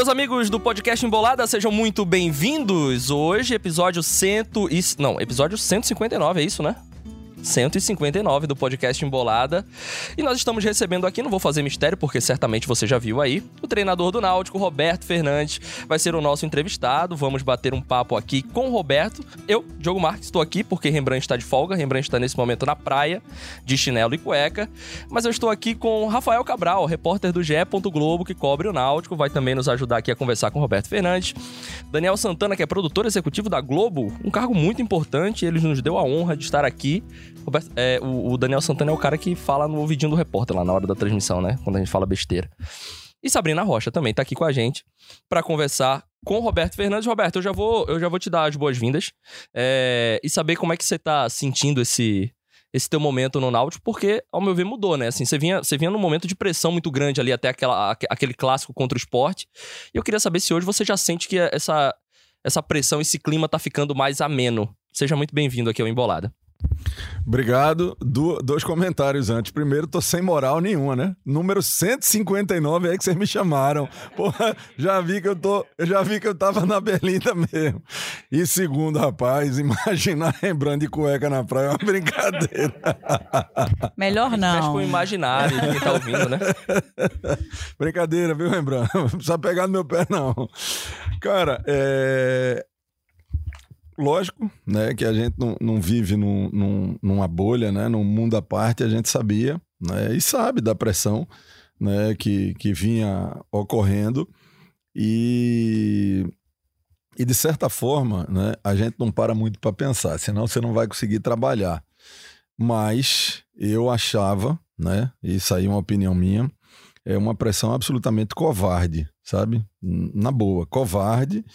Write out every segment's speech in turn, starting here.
Meus amigos do podcast Embolada, sejam muito bem-vindos. Hoje, episódio 159, é isso, né? 159 do podcast Embolada. E nós estamos recebendo aqui, não vou fazer mistério, porque certamente você já viu aí, o treinador do Náutico, Roberto Fernandes, vai ser o nosso entrevistado. Vamos bater um papo aqui com o Roberto. Eu, Diogo Marques, estou aqui porque Rembrandt está de folga. Rembrandt está nesse momento na praia, de chinelo e cueca. Mas eu estou aqui com Rafael Cabral, repórter do GE. Globo, que cobre o Náutico. Vai também nos ajudar aqui a conversar com o Roberto Fernandes. Daniel Santana, que é produtor executivo da Globo, um cargo muito importante. Ele nos deu a honra de estar aqui. O Daniel Santana é o cara que fala no ouvidinho do repórter lá na hora da transmissão, né? Quando a gente fala besteira. E Sabrina Rocha também tá aqui com a gente para conversar com o Roberto Fernandes. Roberto, eu já vou te dar as boas-vindas e saber como é que você tá sentindo esse teu momento no Náutico, porque, ao meu ver, mudou, né? Assim, você vinha num momento de pressão muito grande ali, até aquele clássico contra o Sport. E eu queria saber se hoje você já sente que essa pressão, esse clima tá ficando mais ameno. Seja muito bem-vindo aqui ao Embolada. Obrigado. Dois comentários antes. Primeiro, tô sem moral nenhuma, né? Número 159 é que vocês me chamaram. Porra, já vi que eu tava na berlinda mesmo. E segundo, rapaz, imaginar Rembrandt de cueca na praia é uma brincadeira. Melhor não. Mexe com o imaginário de quem tá ouvindo, né? Brincadeira, viu, Rembrandt? Não precisa pegar no meu pé, não. Cara, lógico, né, que a gente não vive numa bolha, né, num mundo à parte. A gente sabia, né, e sabe da pressão, né, que vinha ocorrendo e de certa forma, né, a gente não para muito para pensar, senão você não vai conseguir trabalhar. Mas eu achava, né, isso aí é uma opinião minha, é uma pressão absolutamente covarde, sabe? Na boa, covarde.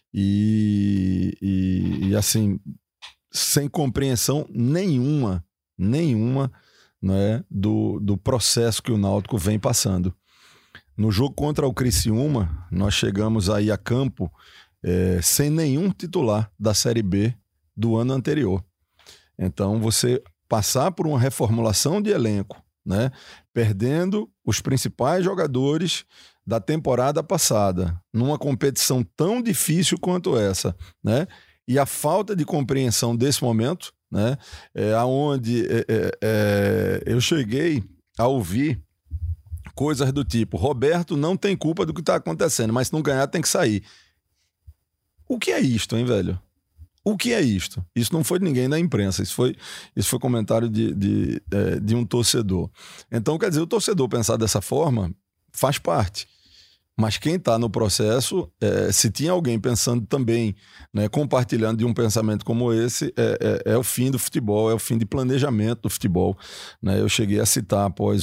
E assim, sem compreensão nenhuma, né, do processo que o Náutico vem passando. No jogo contra o Criciúma, nós chegamos aí a campo sem nenhum titular da Série B do ano anterior. Então, você passar por uma reformulação de elenco, né, perdendo os principais jogadores da temporada passada, numa competição tão difícil quanto essa, né? E a falta de compreensão desse momento, né? Aonde eu cheguei a ouvir coisas do tipo: Roberto não tem culpa do que está acontecendo, mas se não ganhar tem que sair. O que é isto, hein, velho? O que é isto? Isso não foi de ninguém da imprensa, isso foi comentário de um torcedor. Então, quer dizer, o torcedor pensar dessa forma faz parte. Mas quem está no processo, se tinha alguém pensando também, né, compartilhando de um pensamento como esse, é o fim do futebol, é o fim de planejamento do futebol, né? Eu cheguei a citar após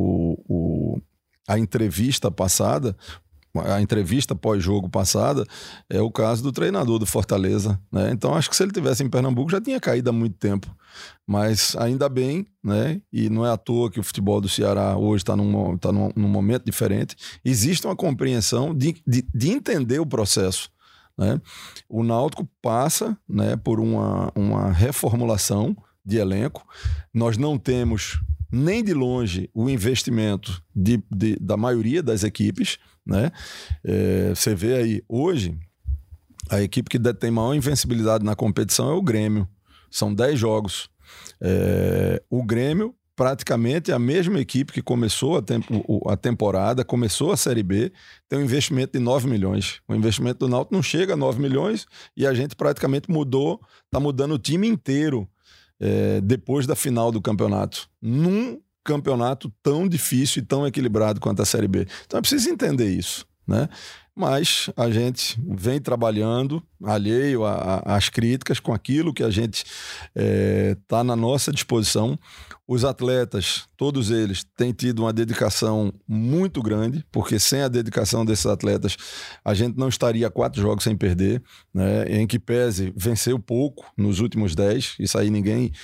a entrevista passada, a entrevista pós-jogo passada, é o caso do treinador do Fortaleza, né? Então acho que se ele tivesse em Pernambuco já tinha caído há muito tempo, mas ainda bem, né? E não é à toa que o futebol do Ceará hoje está num momento diferente. Existe uma compreensão de entender o processo, né? O Náutico passa, né, por uma reformulação de elenco. Nós não temos nem de longe o investimento da maioria das equipes, né? Você vê aí, hoje, a equipe que detém maior invencibilidade na competição é o Grêmio. São 10 jogos. O Grêmio, praticamente a mesma equipe que começou a temporada, começou a Série B, tem um investimento de 9 milhões. O investimento do Náutico não chega a 9 milhões e a gente praticamente está mudando o time inteiro depois da final do campeonato, num campeonato tão difícil e tão equilibrado quanto a Série B. Então é preciso entender isso, né? Mas a gente vem trabalhando alheio às críticas com aquilo que a gente está na nossa disposição. Os atletas, todos eles, têm tido uma dedicação muito grande, porque sem a dedicação desses atletas a gente não estaria 4 jogos sem perder, né? Em que pese venceu pouco nos últimos 10, isso aí ninguém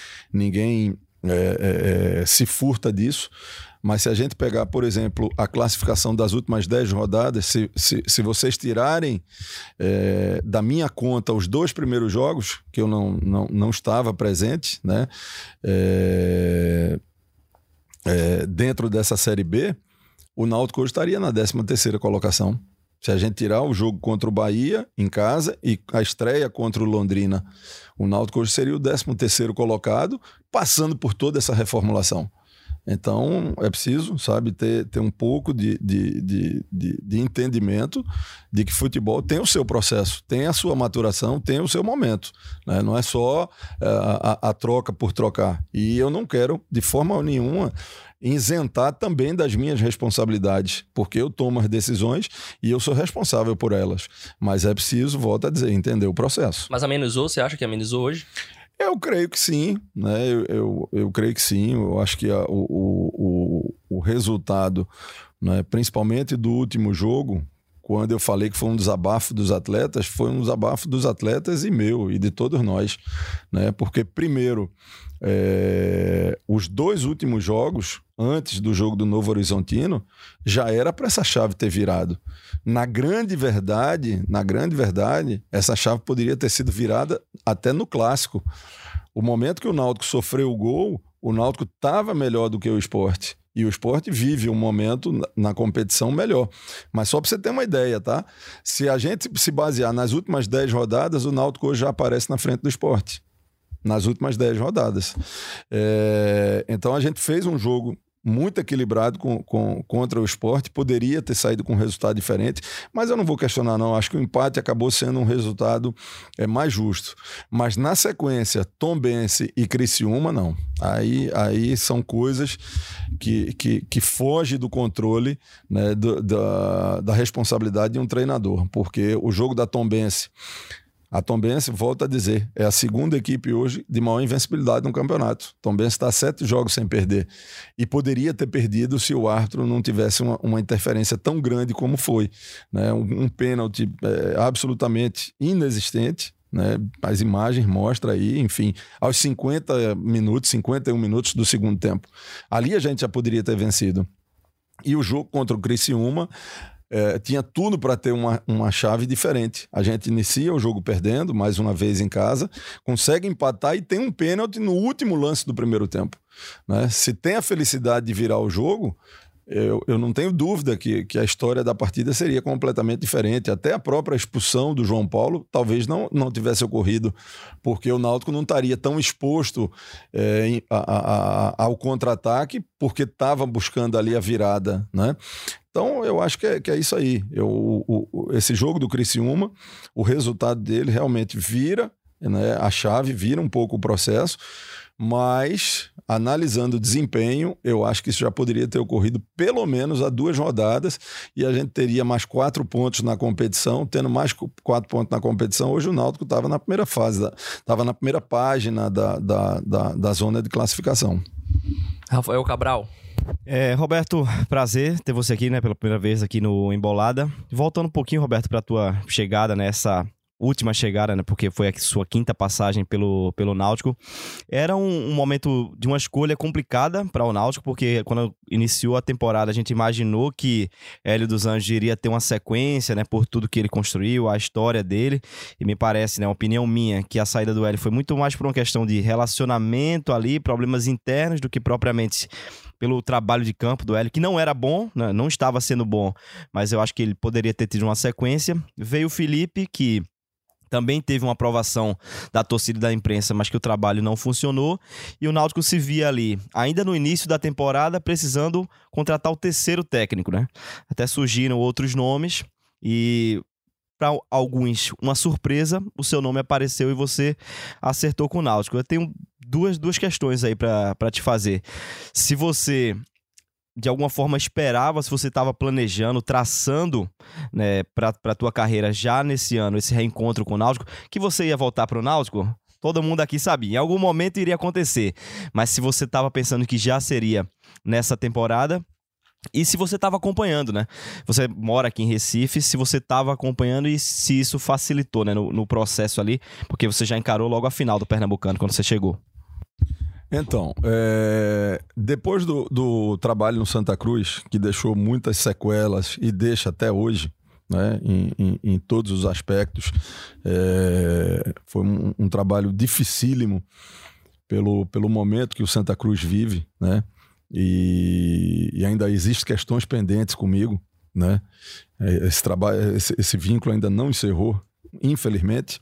se furta disso. Mas se a gente pegar, por exemplo, a classificação das últimas 10 rodadas, se vocês tirarem da minha conta os 2 primeiros jogos, que eu não estava presente, né, dentro dessa Série B, o Náutico hoje estaria na 13ª colocação. Se a gente tirar o jogo contra o Bahia em casa e a estreia contra o Londrina, o Náutico hoje seria o 13º colocado, passando por toda essa reformulação. Então, é preciso, sabe, ter um pouco de entendimento de que futebol tem o seu processo, tem a sua maturação, tem o seu momento, né? Não é só a troca por trocar. E eu não quero, de forma nenhuma, isentar também das minhas responsabilidades, porque eu tomo as decisões e eu sou responsável por elas. Mas é preciso, volto a dizer, entender o processo. Mas amenizou? Você acha que amenizou hoje? Eu creio que sim, né? Eu creio que sim. Eu acho que o resultado, né, principalmente do último jogo, quando eu falei que foi um desabafo dos atletas, foi um desabafo dos atletas e meu, e de todos nós, né? Porque, primeiro, os 2 últimos jogos, antes do jogo do Novo Horizontino, já era para essa chave ter virado. Na grande verdade, essa chave poderia ter sido virada até no Clássico. O momento que o Náutico sofreu o gol, o Náutico estava melhor do que o Sport. E o Sport vive um momento na competição melhor. Mas só para você ter uma ideia, tá? Se a gente se basear nas últimas 10 rodadas, o Náutico hoje já aparece na frente do Sport. Nas últimas 10 rodadas. Então a gente fez um jogo muito equilibrado contra o Sport, poderia ter saído com um resultado diferente, mas eu não vou questionar não, acho que o empate acabou sendo um resultado mais justo. Mas na sequência, Tombense e Criciúma, não. Aí são coisas que fogem do controle, né, da responsabilidade de um treinador, porque o jogo da Tombense, a Tombense, volto a dizer, é a segunda equipe hoje de maior invencibilidade no campeonato. Tombense está 7 jogos sem perder. E poderia ter perdido se o árbitro não tivesse uma interferência tão grande como foi, né? Um pênalti absolutamente inexistente, né? As imagens mostram aí, enfim, aos 51 minutos do segundo tempo. Ali a gente já poderia ter vencido. E o jogo contra o Criciúma tinha tudo para ter uma chave diferente. A gente inicia o jogo perdendo, mais uma vez em casa, consegue empatar e tem um pênalti no último lance do primeiro tempo, né? Se tem a felicidade de virar o jogo, eu não tenho dúvida que a história da partida seria completamente diferente. Até a própria expulsão do João Paulo talvez não tivesse ocorrido, porque o Náutico não estaria tão exposto ao contra-ataque, porque estava buscando ali a virada, né? Então, eu acho que é isso aí. Esse jogo do Criciúma, o resultado dele realmente vira, né, a chave, vira um pouco o processo, mas, analisando o desempenho, eu acho que isso já poderia ter ocorrido pelo menos há 2 rodadas e a gente teria mais 4 pontos na competição. Tendo mais 4 pontos na competição, hoje o Náutico estava na primeira fase, estava na primeira página da zona de classificação. Rafael Cabral. Roberto, prazer ter você aqui, né, pela primeira vez aqui no Embolada. Voltando um pouquinho, Roberto, para a tua chegada, nessa última chegada, né, porque foi a sua 5ª passagem pelo Náutico. Era um momento de uma escolha complicada para o Náutico, porque quando iniciou a temporada a gente imaginou que Hélio dos Anjos iria ter uma sequência, né, por tudo que ele construiu, a história dele, e me parece, né, uma opinião minha, que a saída do Hélio foi muito mais por uma questão de relacionamento ali, problemas internos, do que propriamente pelo trabalho de campo do Hélio, que não era bom, né, não estava sendo bom, mas eu acho que ele poderia ter tido uma sequência. Veio o Felipe, que também teve uma aprovação da torcida e da imprensa, mas que o trabalho não funcionou. E o Náutico se via ali, ainda no início da temporada, precisando contratar o 3º técnico, né? Até surgiram outros nomes e, para alguns, uma surpresa, o seu nome apareceu e você acertou com o Náutico. Eu tenho duas questões aí para te fazer. Se você, de alguma forma, esperava, se você estava planejando, traçando, né, para a tua carreira já nesse ano, esse reencontro com o Náutico, que você ia voltar para o Náutico? Todo mundo aqui sabia, em algum momento iria acontecer, mas se você estava pensando que já seria nessa temporada, e se você estava acompanhando, né? Você mora aqui em Recife, se você estava acompanhando e se isso facilitou, né, no processo ali, porque você já encarou logo a final do Pernambucano quando você chegou. Então, depois do trabalho no Santa Cruz, que deixou muitas sequelas e deixa até hoje, né, em todos os aspectos, foi um trabalho dificílimo pelo momento que o Santa Cruz vive, né, e ainda existem questões pendentes comigo, né? Esse trabalho, esse vínculo ainda não encerrou, infelizmente.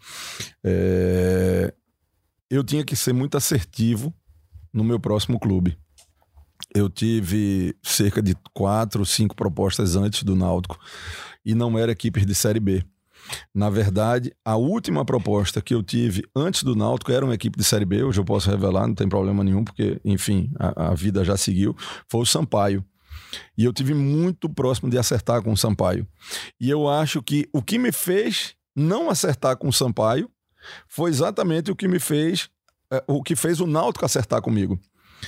Eu tinha que ser muito assertivo no meu próximo clube. Eu tive cerca de 4 ou 5 propostas antes do Náutico e não eram equipes de Série B. Na verdade, a última proposta que eu tive antes do Náutico era uma equipe de Série B, hoje eu posso revelar, não tem problema nenhum, porque, enfim, a vida já seguiu, foi o Sampaio. E eu tive muito próximo de acertar com o Sampaio. E eu acho que o que me fez não acertar com o Sampaio foi exatamente o que me fez, o que fez o Náutico acertar comigo.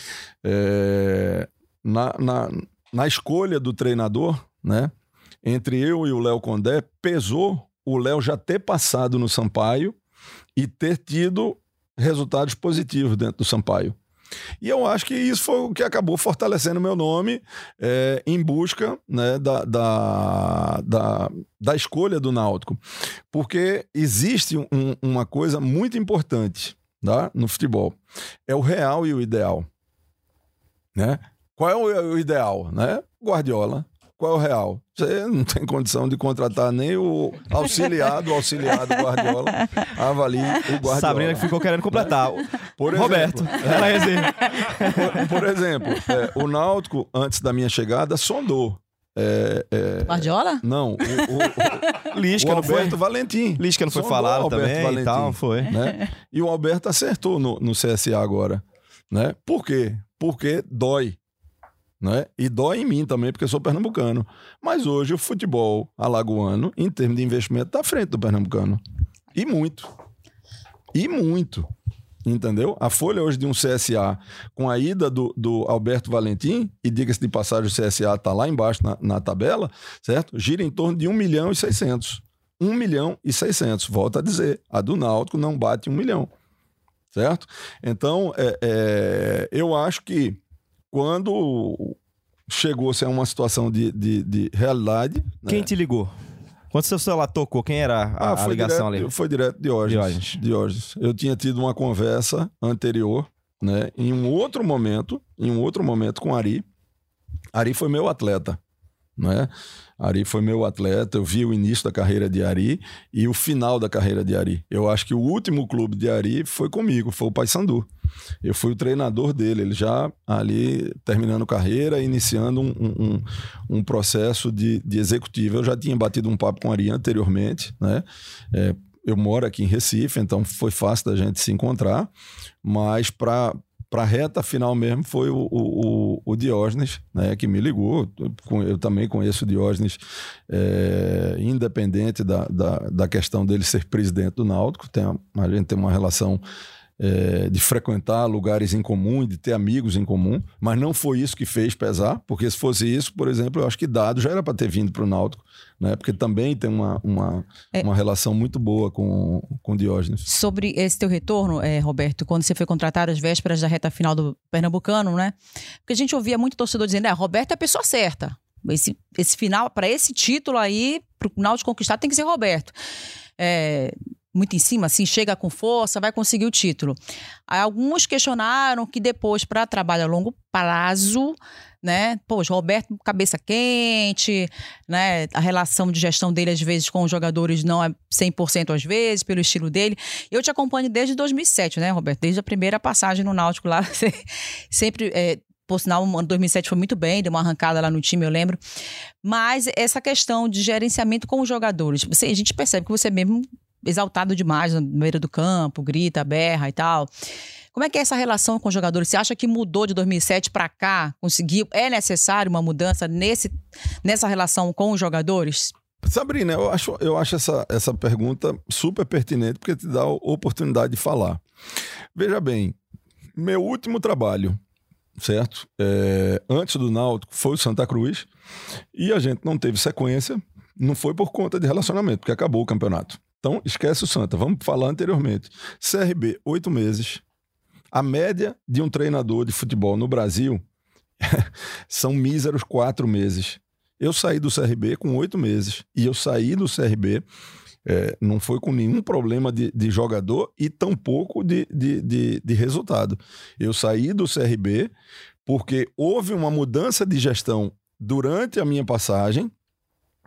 Na escolha do treinador, né, entre eu e o Léo Condé, pesou o Léo já ter passado no Sampaio e ter tido resultados positivos dentro do Sampaio. E eu acho que isso foi o que acabou fortalecendo o meu nome em busca, né, da escolha do Náutico. Porque existe uma coisa muito importante, tá, no futebol. É o real e o ideal. Né? Qual é o ideal? Né? Guardiola. Qual é o real? Você não tem condição de contratar nem o auxiliar do Guardiola. Avalie o Guardiola. Sabrina que ficou querendo completar. Por exemplo, Roberto. Por exemplo, o Náutico, antes da minha chegada, sondou. Guardiola? Não. Lisca, o não foi? Alberto Valentim. Lisca não foi Sondou falado Alberto também Valentim, e tal, foi. Né? E o Alberto acertou no CSA agora. Né? Por quê? Porque dói. Né? E dói em mim também, porque eu sou pernambucano. Mas hoje o futebol alagoano, em termos de investimento, está à frente do pernambucano. E muito. E muito. Entendeu? A folha hoje de um CSA, com a ida do Alberto Valentim, e diga-se de passagem, o CSA está lá embaixo na tabela, certo? Gira em torno de 1 milhão e 600. 1 milhão e 600. Volto a dizer, a do Náutico não bate 1 milhão. Certo? Então, eu acho que quando chegou-se a uma situação de realidade... Quem né? te ligou? Quando seu celular tocou, quem era a ligação ali? Foi direto Diógenes. Eu tinha tido uma conversa anterior, né, em um outro momento com Ari. Ari foi meu atleta, né? Ari foi meu atleta, eu vi o início da carreira de Ari e o final da carreira de Ari. Eu acho que o último clube de Ari foi comigo, foi o Paysandu. Eu fui o treinador dele, ele já ali terminando carreira, iniciando um processo de executivo. Eu já tinha batido um papo com Ari anteriormente, né? Eu moro aqui em Recife, então foi fácil da gente se encontrar, mas para a reta final mesmo foi o Diógenes, né, que me ligou. Eu também conheço o Diógenes, independente da questão dele ser presidente do Náutico. A gente tem uma relação de frequentar lugares em comum e de ter amigos em comum, mas não foi isso que fez pesar, porque se fosse isso, por exemplo, eu acho que Dado já era para ter vindo para o Náutico, né? Porque também tem uma relação muito boa com o Diógenes. Sobre esse teu retorno, Roberto, quando você foi contratado às vésperas da reta final do Pernambucano, né? Porque a gente ouvia muito torcedor dizendo, Roberto é a pessoa certa. Esse final, para esse título aí, para o Náutico conquistar, tem que ser Roberto. Muito em cima, assim, chega com força, vai conseguir o título. Aí alguns questionaram que depois, para trabalho a longo prazo, né, Roberto cabeça quente, né, a relação de gestão dele às vezes com os jogadores não é 100% às vezes, pelo estilo dele. Eu te acompanho desde 2007, né, Roberto? Desde a primeira passagem no Náutico lá, sempre... Por sinal, o ano 2007 foi muito bem, deu uma arrancada lá no time, eu lembro. Mas essa questão de gerenciamento com os jogadores, a gente percebe que você é mesmo exaltado demais na beira do campo, grita, berra e tal. Como é que é essa relação com os jogadores? Você acha que mudou de 2007 para cá? É necessário uma mudança nessa relação com os jogadores? Sabrina, eu acho essa pergunta super pertinente, porque te dá a oportunidade de falar. Veja bem, meu último trabalho, certo? Antes do Náutico foi o Santa Cruz e a gente não teve sequência, não foi por conta de relacionamento, porque acabou o campeonato. Então, esquece o Santa. Vamos falar anteriormente. CRB, 8 meses. A média de um treinador de futebol no Brasil são míseros 4 meses. Eu saí do CRB com 8 meses. E eu saí do CRB, não foi com nenhum problema de jogador e tampouco de resultado. Eu saí do CRB porque houve uma mudança de gestão durante a minha passagem,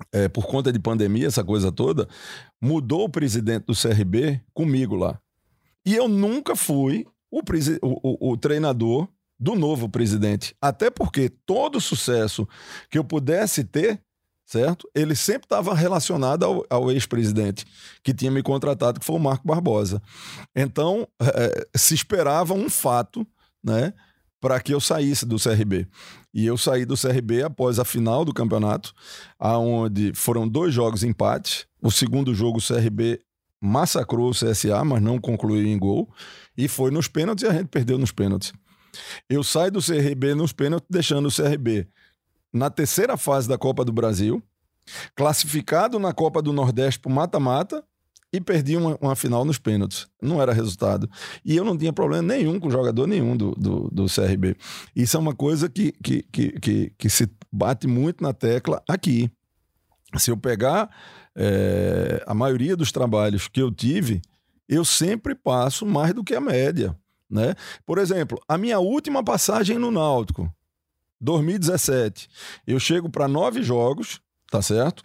por conta de pandemia, essa coisa toda, mudou o presidente do CRB comigo lá. E eu nunca fui o treinador do novo presidente. Até porque todo o sucesso que eu pudesse ter, certo? Ele sempre estava relacionado ao ex-presidente que tinha me contratado, que foi o Marco Barbosa. Então, se esperava um fato, né, para que eu saísse do CRB. E eu saí do CRB após a final do campeonato, onde foram 2 jogos empates. O segundo jogo o CRB massacrou o CSA, mas não concluiu em gol. E foi nos pênaltis e a gente perdeu nos pênaltis. Eu saio do CRB nos pênaltis, deixando o CRB na terceira fase da Copa do Brasil, classificado na Copa do Nordeste para o mata-mata, e perdi uma final nos pênaltis. Não era resultado. E eu não tinha problema nenhum com jogador nenhum do CRB. Isso é uma coisa que se bate muito na tecla aqui. Se eu pegar a maioria dos trabalhos que eu tive, eu sempre passo mais do que a média, né? Por exemplo, a minha última passagem no Náutico, 2017, eu chego para 9 jogos, tá certo?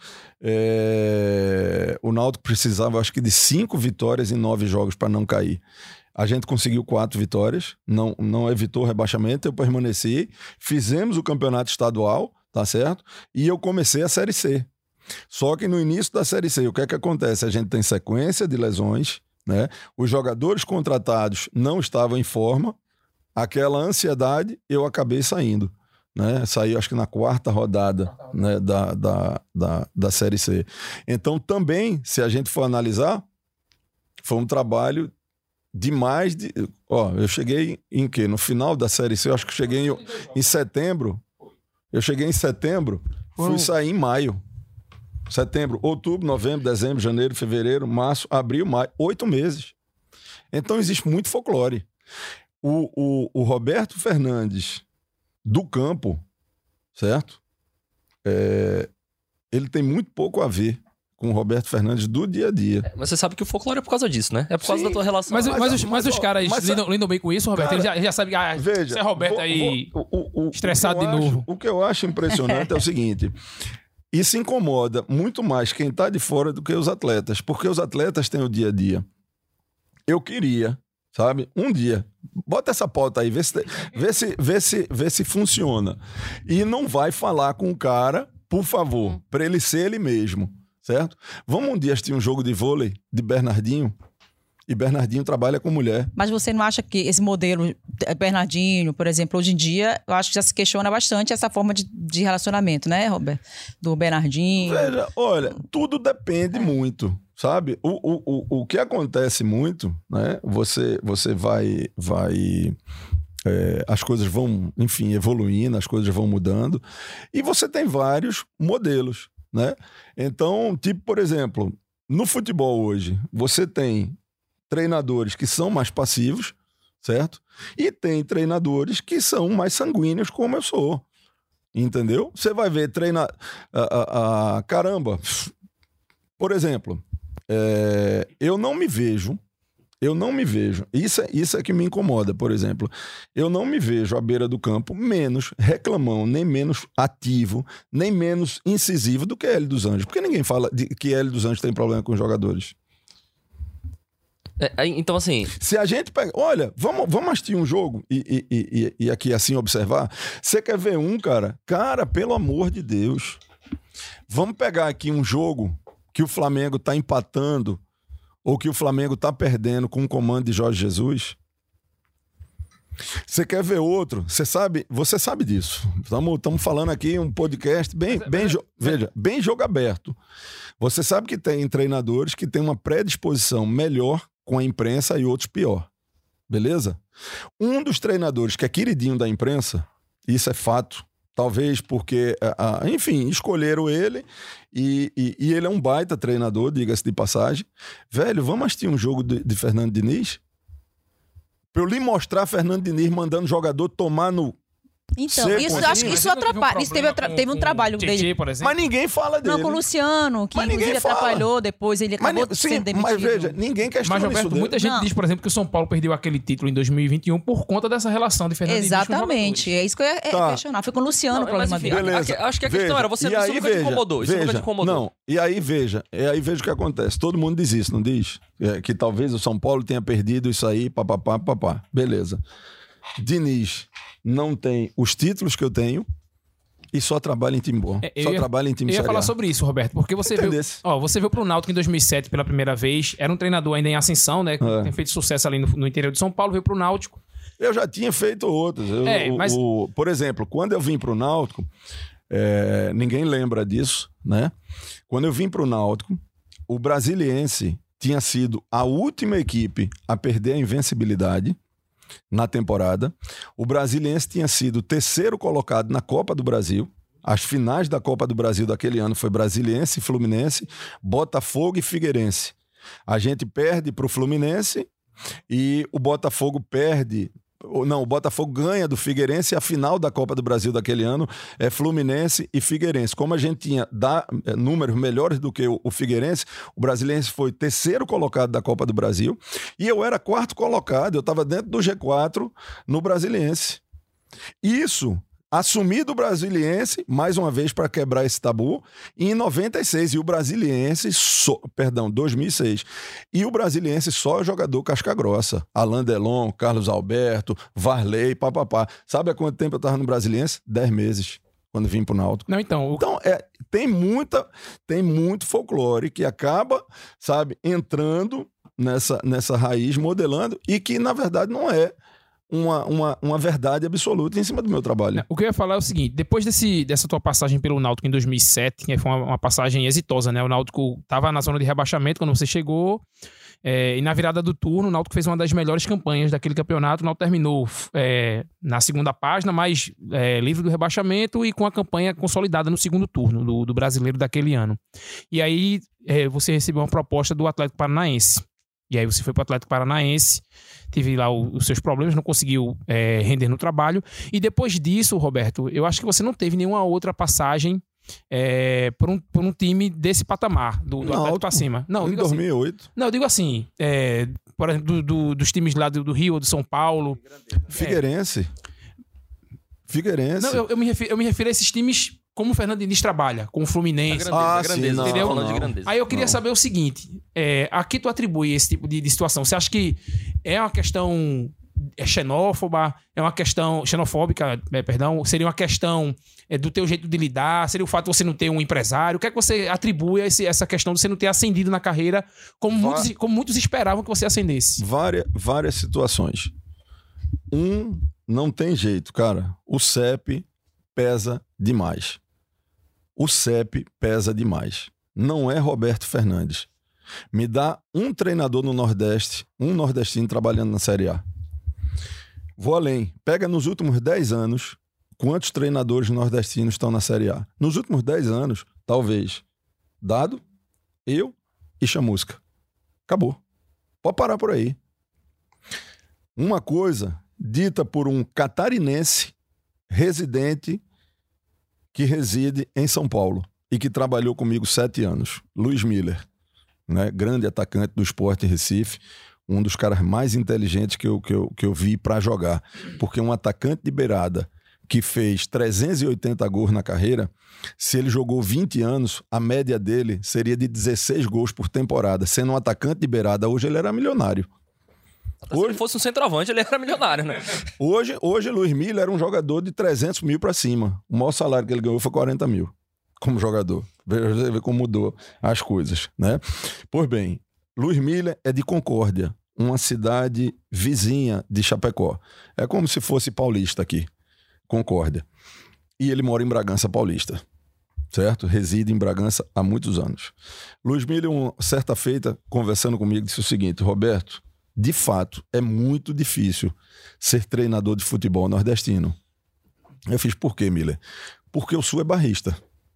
O Náutico precisava, acho que, de 5 vitórias em 9 jogos para não cair. A gente conseguiu 4 vitórias, não evitou o rebaixamento, eu permaneci, fizemos o campeonato estadual, tá certo? E eu comecei a Série C. Só que no início da Série C, o que é que acontece? A gente tem sequência de lesões, né? Os jogadores contratados não estavam em forma, aquela ansiedade, eu acabei saindo. Né? Saí, acho que na 4ª rodada, né, da Série C. Então, também, se a gente for analisar, foi um trabalho de mais de... eu cheguei em quê? No final da Série C, eu acho que cheguei em setembro. Eu cheguei em setembro, fui sair em maio. Setembro, outubro, novembro, dezembro, janeiro, fevereiro, março, abril, maio. 8 meses. Então, existe muito folclore. O Roberto Fernandes... do campo, certo? Ele tem muito pouco a ver com o Roberto Fernandes do dia a dia. Mas você sabe que o folclore é por causa disso, né? É por causa da tua relação. Mas os caras lidam bem com isso, Roberto? Cara, ele já sabe que veja, você é Roberto aí estressado de novo. O que eu acho impressionante é o seguinte: isso incomoda muito mais quem está de fora do que os atletas, porque os atletas têm o dia a dia. Eu queria, sabe, um dia, bota essa pauta aí, vê se funciona. E não vai falar com o cara, por favor, para ele ser ele mesmo, certo? Vamos um dia assistir um jogo de vôlei de Bernardinho, e Bernardinho trabalha com mulher. Mas você não acha que esse modelo Bernardinho, por exemplo, hoje em dia, eu acho que já se questiona bastante essa forma de relacionamento, né, Roberto? Do Bernardinho. Veja, olha, tudo depende muito, sabe? O que acontece muito, né? Você vai as coisas vão, enfim, evoluindo, as coisas vão mudando, e você tem vários modelos, né? Então, tipo, por exemplo, no futebol hoje, você tem treinadores que são mais passivos, certo? E tem treinadores que são mais sanguíneos, como eu sou. Entendeu? Você vai ver caramba. Por exemplo, eu não me vejo. Isso é que me incomoda, por exemplo. Eu não me vejo à beira do campo menos reclamão, nem menos ativo, nem menos incisivo do que Hélio dos Anjos. Porque ninguém fala que Hélio dos Anjos tem problema com os jogadores. Então, assim... Se a gente pega... Olha, vamos assistir um jogo e aqui assim observar. Você quer ver um, cara? Cara, pelo amor de Deus. Vamos pegar aqui um jogo que o Flamengo tá empatando ou que o Flamengo tá perdendo com o comando de Jorge Jesus. Você quer ver outro? Você sabe disso. Estamos falando aqui um podcast bem jogo aberto. Você sabe que tem treinadores que têm uma predisposição melhor com a imprensa e outros pior. Beleza? Um dos treinadores que é queridinho da imprensa, isso é fato, talvez porque, enfim, escolheram ele e ele é um baita treinador, diga-se de passagem. Velho, vamos assistir um jogo de Fernando Diniz? Pra eu lhe mostrar Fernando Diniz mandando jogador tomar no Então, Ser isso, constante. eu acho que isso atrapalha. Isso teve um trabalho dele. por exemplo. Mas ninguém fala dele. Não, com o Luciano, que Mas ninguém inclusive fala. atrapalhou depois, ele acabou sim, sendo demitido. mas veja, ninguém questiona Mas, Roberto, isso dele. muita gente Não. diz, por exemplo, que o São Paulo perdeu aquele título em 2021 por conta dessa relação de Fernando Diniz com os Exatamente, jogadores. é isso que eu ia Tá. questionar. Foi com o Luciano o Não, problema mas, enfim, dele. Beleza. acho que a questão Veja, era, você e aí isso nunca te incomodou. Isso nunca te incomodou. Não, e aí veja o que acontece. Todo mundo diz isso, não diz? Que talvez o São Paulo tenha perdido isso aí, papapá. Beleza. Diniz não tem os títulos que eu tenho e só trabalha em time bom. Trabalha em time Eu ia Série falar A. sobre isso, Roberto, porque você viu, Entendesse. você veio pro Náutico em 2007 pela primeira vez, era um treinador ainda em ascensão, né? Tem feito sucesso ali no interior de São Paulo, veio pro Náutico. Eu já tinha feito outros. Por exemplo, quando eu vim pro Náutico, ninguém lembra disso, né? Quando eu vim pro Náutico, o Brasiliense tinha sido a última equipe a perder a invencibilidade na temporada. O Brasiliense tinha sido o terceiro colocado na Copa do Brasil. As finais da Copa do Brasil daquele ano foi Brasiliense, Fluminense, Botafogo e Figueirense. A gente perde para o Fluminense e o Botafogo perde... Não, o Botafogo ganha do Figueirense e a final da Copa do Brasil daquele ano é Fluminense e Figueirense. Como a gente tinha números melhores do que o Figueirense, o Brasiliense foi terceiro colocado da Copa do Brasil e eu era quarto colocado, eu estava dentro do G4 no Brasiliense. Isso... Assumi do Brasiliense, mais uma vez para quebrar esse tabu, em 96, e o Brasiliense, 2006, e o Brasiliense só jogador casca-grossa, Alain Delon, Carlos Alberto, Varley, papapá. Sabe há quanto tempo eu estava no Brasiliense? 10 meses, quando vim pro Náutico. Não, então... Tem muito folclore que acaba, sabe, entrando nessa raiz, modelando, e que, na verdade, não é uma verdade absoluta em cima do meu trabalho. O que eu ia falar é o seguinte, depois dessa tua passagem pelo Náutico em 2007, que foi uma passagem exitosa, né? O Náutico estava na zona de rebaixamento quando você chegou, e na virada do turno, o Náutico fez uma das melhores campanhas daquele campeonato. O Náutico terminou na segunda página, mas livre do rebaixamento e com a campanha consolidada no segundo turno do brasileiro daquele ano. E aí você recebeu uma proposta do Atlético Paranaense. E aí você foi para o Atlético Paranaense, teve lá os seus problemas, não conseguiu render no trabalho. E depois disso, Roberto, eu acho que você não teve nenhuma outra passagem por um time desse patamar, do Atlético para cima. Não, em 2008. Assim, não, eu digo assim, por exemplo, dos times lá do Rio ou do São Paulo. Figueirense. Não, eu me refiro a esses times... Como o Fernando Diniz trabalha, com o Fluminense. A grandeza, entendeu? Falando de grandeza. Aí eu queria saber o seguinte, a que tu atribui esse tipo de situação? Você acha que é uma questão xenófoba, é uma questão xenofóbica, seria uma questão do teu jeito de lidar, seria o fato de você não ter um empresário? O que é que você atribui a essa questão de você não ter ascendido na carreira como muitos esperavam que você ascendesse? Várias situações. Não tem jeito, cara. O CEP pesa demais. O CEP pesa demais. Não é Roberto Fernandes. Me dá um treinador no Nordeste, um nordestino trabalhando na Série A. Vou além. Pega nos últimos 10 anos, quantos treinadores nordestinos estão na Série A? Nos últimos 10 anos, talvez. Dado, eu e Chamusca. Acabou. Pode parar por aí. Uma coisa dita por um catarinense residente que reside em São Paulo e que trabalhou comigo 7 anos, Luiz Miller, né? Grande atacante do Sport Recife, um dos caras mais inteligentes que eu vi para jogar, porque um atacante de beirada que fez 380 gols na carreira, se ele jogou 20 anos, a média dele seria de 16 gols por temporada. Sendo um atacante de beirada, hoje ele era milionário. Se ele fosse um centroavante, ele era milionário, né? Hoje Luiz Miller era um jogador de 300 mil para cima. O maior salário que ele ganhou foi 40 mil como jogador. Você vê como mudou as coisas, né? Pois bem, Luiz Miller é de Concórdia, uma cidade vizinha de Chapecó. É como se fosse paulista aqui, Concórdia. E ele mora em Bragança Paulista, certo? Reside em Bragança há muitos anos. Luiz Miller, certa feita, conversando comigo, disse o seguinte: Roberto, de fato, é muito difícil ser treinador de futebol nordestino. Eu fiz, por quê, Miller? Porque o Sul é barrista.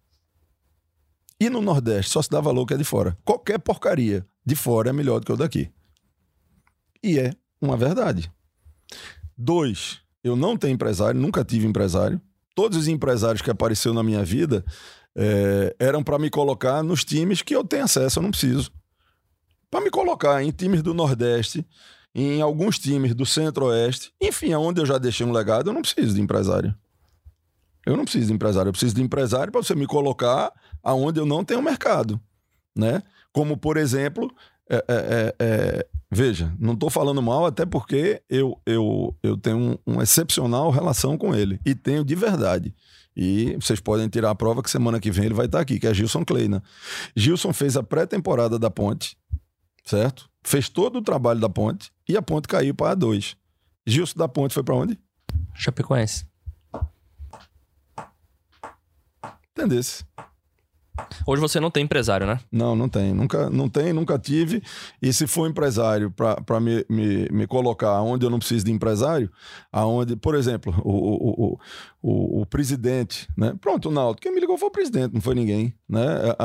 E no Nordeste só se dá valor que é de fora. Qualquer porcaria de fora é melhor do que o daqui. E é uma verdade. 2, eu não tenho empresário, nunca tive empresário. Todos os empresários que apareceram na minha vida eram para me colocar nos times que eu tenho acesso, eu não preciso. Para me colocar em times do Nordeste, em alguns times do Centro-Oeste, enfim, aonde eu já deixei um legado, eu não preciso de empresário. Eu não preciso de empresário, eu preciso de empresário para você me colocar aonde eu não tenho mercado, né? Como, por exemplo, veja, não estou falando mal, até porque eu tenho uma excepcional relação com ele, e tenho de verdade. E vocês podem tirar a prova que semana que vem ele vai estar aqui, que é Gilson Kleina. Gilson fez a pré-temporada da Ponte, certo? Fez todo o trabalho da Ponte e a Ponte caiu para A2. Gilson da Ponte foi para onde? Chapecoense. Entendesse? Hoje você não tem empresário, né? Não tem. Nunca tive. E se for empresário para me colocar onde eu não preciso de empresário, aonde, por exemplo, o presidente, né? Pronto, o Náutico. Quem me ligou foi o presidente, não foi ninguém, né?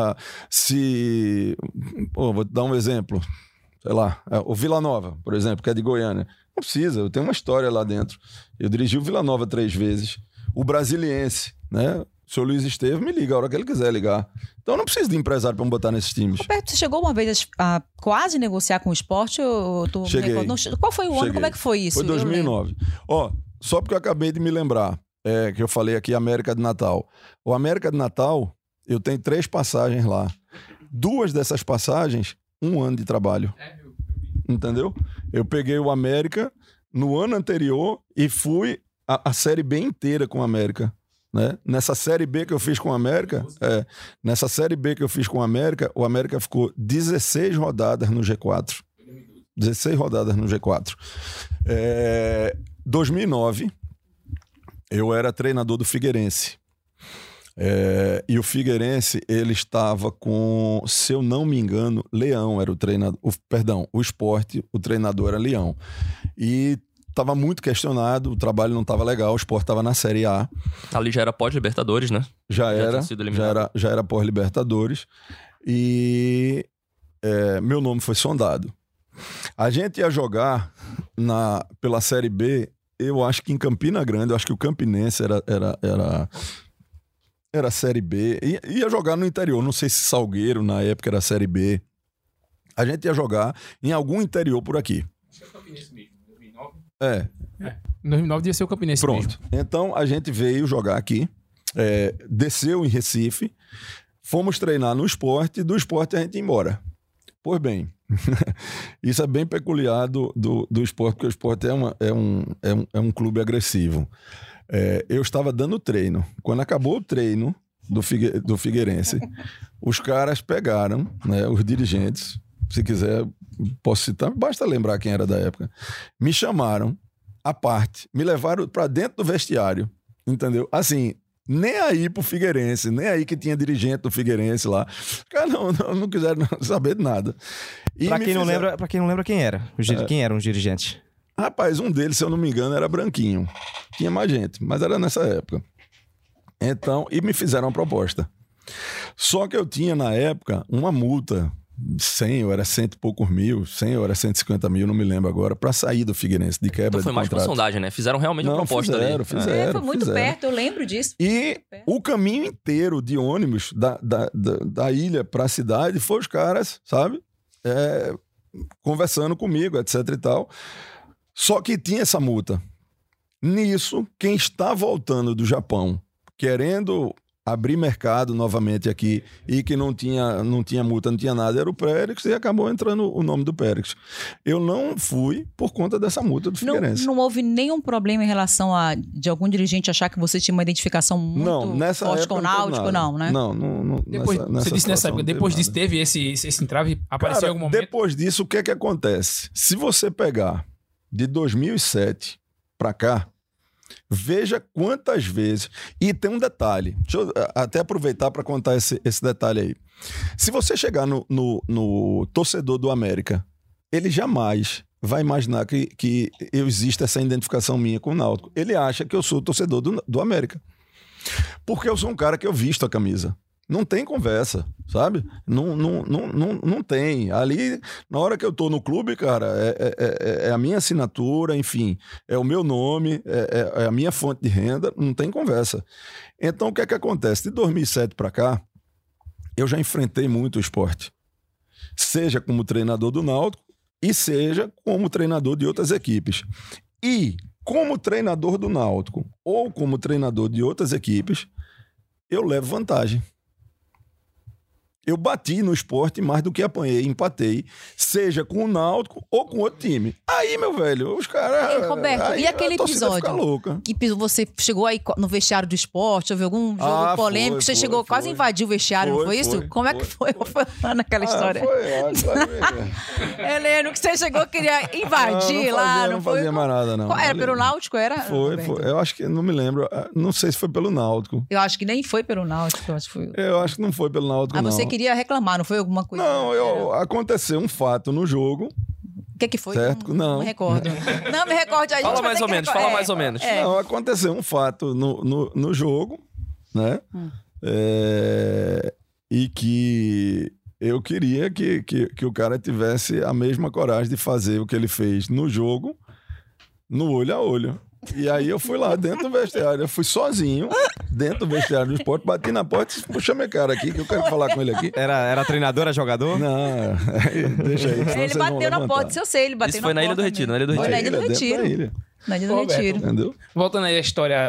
Vou dar um exemplo. Sei lá, o Vila Nova, por exemplo, que é de Goiânia. Não precisa, eu tenho uma história lá dentro. Eu dirigi o Vila Nova 3 vezes. O Brasiliense, né? O senhor Luiz Esteves me liga a hora que ele quiser ligar. Então eu não preciso de empresário para me botar nesses times. Roberto, você chegou uma vez a quase negociar com o esporte? Cheguei. Qual foi o ano? Como é que foi isso? Foi 2009. Só porque eu acabei de me lembrar, que eu falei aqui América de Natal. O América de Natal, eu tenho 3 passagens lá. 2 dessas passagens, 1 ano de trabalho. Entendeu? Eu peguei o América no ano anterior e fui a Série B inteira com o América. Né? Nessa Série B que eu fiz com o América, o América ficou 16 rodadas no G4. 16 rodadas no G4. 2009, eu era treinador do Figueirense. E o Figueirense, ele estava com, se eu não me engano, Leão era o treinador. O Sport, o treinador era Leão. E estava muito questionado, o trabalho não estava legal, o Sport estava na Série A. Ali já era pós-Libertadores, né? Já era pós-Libertadores. E meu nome foi sondado. A gente ia jogar pela Série B, eu acho que em Campina Grande, eu acho que o Campinense era Série B. Ia jogar no interior, não sei se Salgueiro na época era Série B. A gente ia jogar em algum interior por aqui. Acho que é o Campinense mesmo, 2009. Em 2009 devia ser o Campinense. Pronto. Mesmo. Então a gente veio jogar aqui, desceu em Recife, fomos treinar no Sport, e do Sport a gente ia embora. Pois bem, isso é bem peculiar do Sport, porque o Sport é um clube agressivo. Eu estava dando treino. Quando acabou o treino do Figueirense, os caras pegaram, né, os dirigentes, se quiser, posso citar, basta lembrar quem era da época, me chamaram à parte, me levaram para dentro do vestiário, entendeu? Assim, nem aí pro Figueirense, nem aí que tinha dirigente do Figueirense lá. Os caras não quiseram saber de nada. Pra quem não lembra quem era, quem eram os dirigentes? Rapaz, um deles, se eu não me engano, era branquinho. Tinha mais gente, mas era nessa época. Então, e me fizeram uma proposta. Só que eu tinha, na época, uma multa 100, ou era 100 e poucos mil, 100 ou era 150 mil, não me lembro agora, para sair do Figueirense de quebra de contrato. Foi mais que uma sondagem, né? Fizeram realmente uma proposta ali. Fizeram. Foi muito perto, eu lembro disso. E o caminho inteiro de ônibus da ilha para a cidade foi os caras, sabe? Conversando comigo, etc e tal. Só que tinha essa multa. Nisso, quem está voltando do Japão, querendo abrir mercado novamente aqui e que não tinha multa, não tinha nada, era o Périx, e acabou entrando o nome do Périx. Eu não fui por conta dessa multa do Figueirense. Não houve nenhum problema em relação de algum dirigente achar que você tinha uma identificação muito forte com o Náutico, não, né? Não. Você disse nessa época, depois disso teve esse entrave, apareceu em algum momento? Depois disso, o que é que acontece? Se você pegar de 2007 para cá, veja quantas vezes... E tem um detalhe. Deixa eu até aproveitar para contar esse detalhe aí. Se você chegar no torcedor do América, ele jamais vai imaginar que existe essa identificação minha com o Náutico. Ele acha que eu sou torcedor do América. Porque eu sou um cara que eu visto a camisa. Não tem conversa, sabe? Não tem. Ali, na hora que eu tô no clube, cara, é a minha assinatura, enfim, é o meu nome, é a minha fonte de renda, não tem conversa. Então, o que é que acontece? De 2007 para cá, eu já enfrentei muito o esporte. Seja como treinador do Náutico e seja como treinador de outras equipes. E, como treinador do Náutico ou como treinador de outras equipes, eu levo vantagem. Eu bati no esporte mais do que apanhei, empatei, seja com o Náutico ou com outro time. Aí, meu velho, os caras... Roberto, aí e aquele a torcida fica episódio louca. que você chegou aí no vestiário do esporte, houve algum jogo polêmico, você chegou, quase invadiu o vestiário, não foi isso? Como é que foi naquela história? Heleno, que você chegou, queria invadir lá, não fazia mais nada, não. Era pelo Náutico, era? Foi. Eu acho que, não me lembro, não sei se foi pelo Náutico. Eu acho que nem foi pelo Náutico, eu acho que não foi pelo Náutico, não. Você queria reclamar, não foi alguma coisa? Não, aconteceu um fato no jogo. O que foi? Certo? Não me recordo. Não me recordo. A gente fala mais ou menos, fala mais ou menos. Não, aconteceu um fato no jogo, né? E que eu queria que o cara tivesse a mesma coragem de fazer o que ele fez no jogo, no olho a olho. E aí eu fui lá dentro do vestiário, eu fui sozinho, dentro do vestiário do esporte, bati na porta e disse, puxa meu cara aqui, que eu quero falar com ele aqui. Era treinador, era jogador? Não, deixa aí. Ele bateu na porta, se eu sei, ele bateu Isso na porta. Foi na Ilha do Retiro, na Ilha do Retiro. Foi na Ilha do Retiro. Na Ilha do Retiro. Entendeu? Voltando aí à história...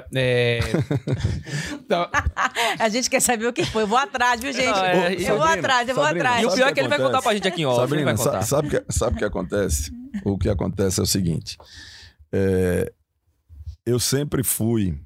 A gente quer saber o que foi. Eu vou atrás, viu, gente? Eu vou atrás. E o pior é que ele vai contar pra gente aqui em off. Sabrina, sabe o que acontece? O que acontece é o seguinte. Eu sempre fui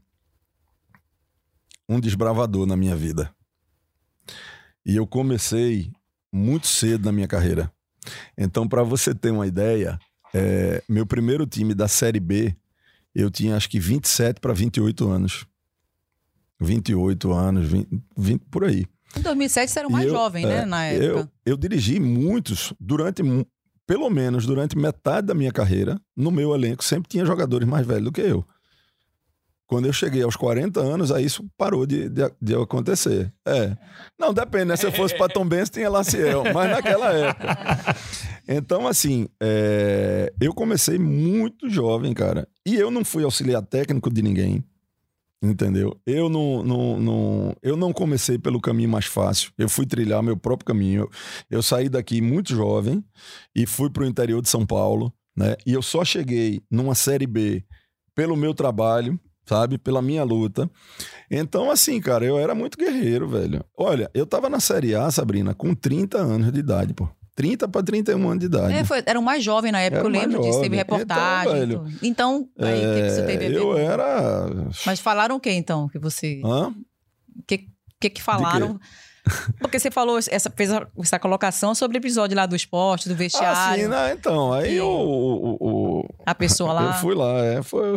um desbravador na minha vida. E eu comecei muito cedo na minha carreira. Então, para você ter uma ideia, meu primeiro time da Série B, eu tinha acho que 27 para 28 anos. 28 anos, 20 por aí. Em 2007 você era o mais jovem, né, na época. Eu dirigi muitos, pelo menos durante metade da minha carreira, no meu elenco sempre tinha jogadores mais velhos do que eu. Quando eu cheguei aos 40 anos, aí isso parou de acontecer. Não, depende, né? Se eu fosse para Tombense, tinha Laciel, mas naquela época. Então, assim, eu comecei muito jovem, cara. E eu não fui auxiliar técnico de ninguém, entendeu? Eu não comecei pelo caminho mais fácil. Eu fui trilhar meu próprio caminho. Eu saí daqui muito jovem e fui para o interior de São Paulo, né? E eu só cheguei numa Série B pelo meu trabalho, sabe? Pela minha luta. Então, assim, cara, eu era muito guerreiro, velho. Olha, eu tava na Série A, Sabrina, com 30 anos de idade, pô. 30 para 31 anos de idade. Era o mais jovem na época, eu lembro disso. Teve reportagem. Então, aí o que você teve a ver? Eu era... Mas falaram o que, então? Que você... Hã? O que falaram? Porque você falou, fez essa colocação sobre o episódio lá do esporte, do vestiário. Sim, né? Então, aí a pessoa lá... Eu fui lá, foi...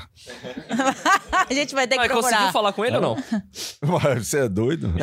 A gente vai ter que procurar. Conseguiu falar com ele ou não? Você é doido?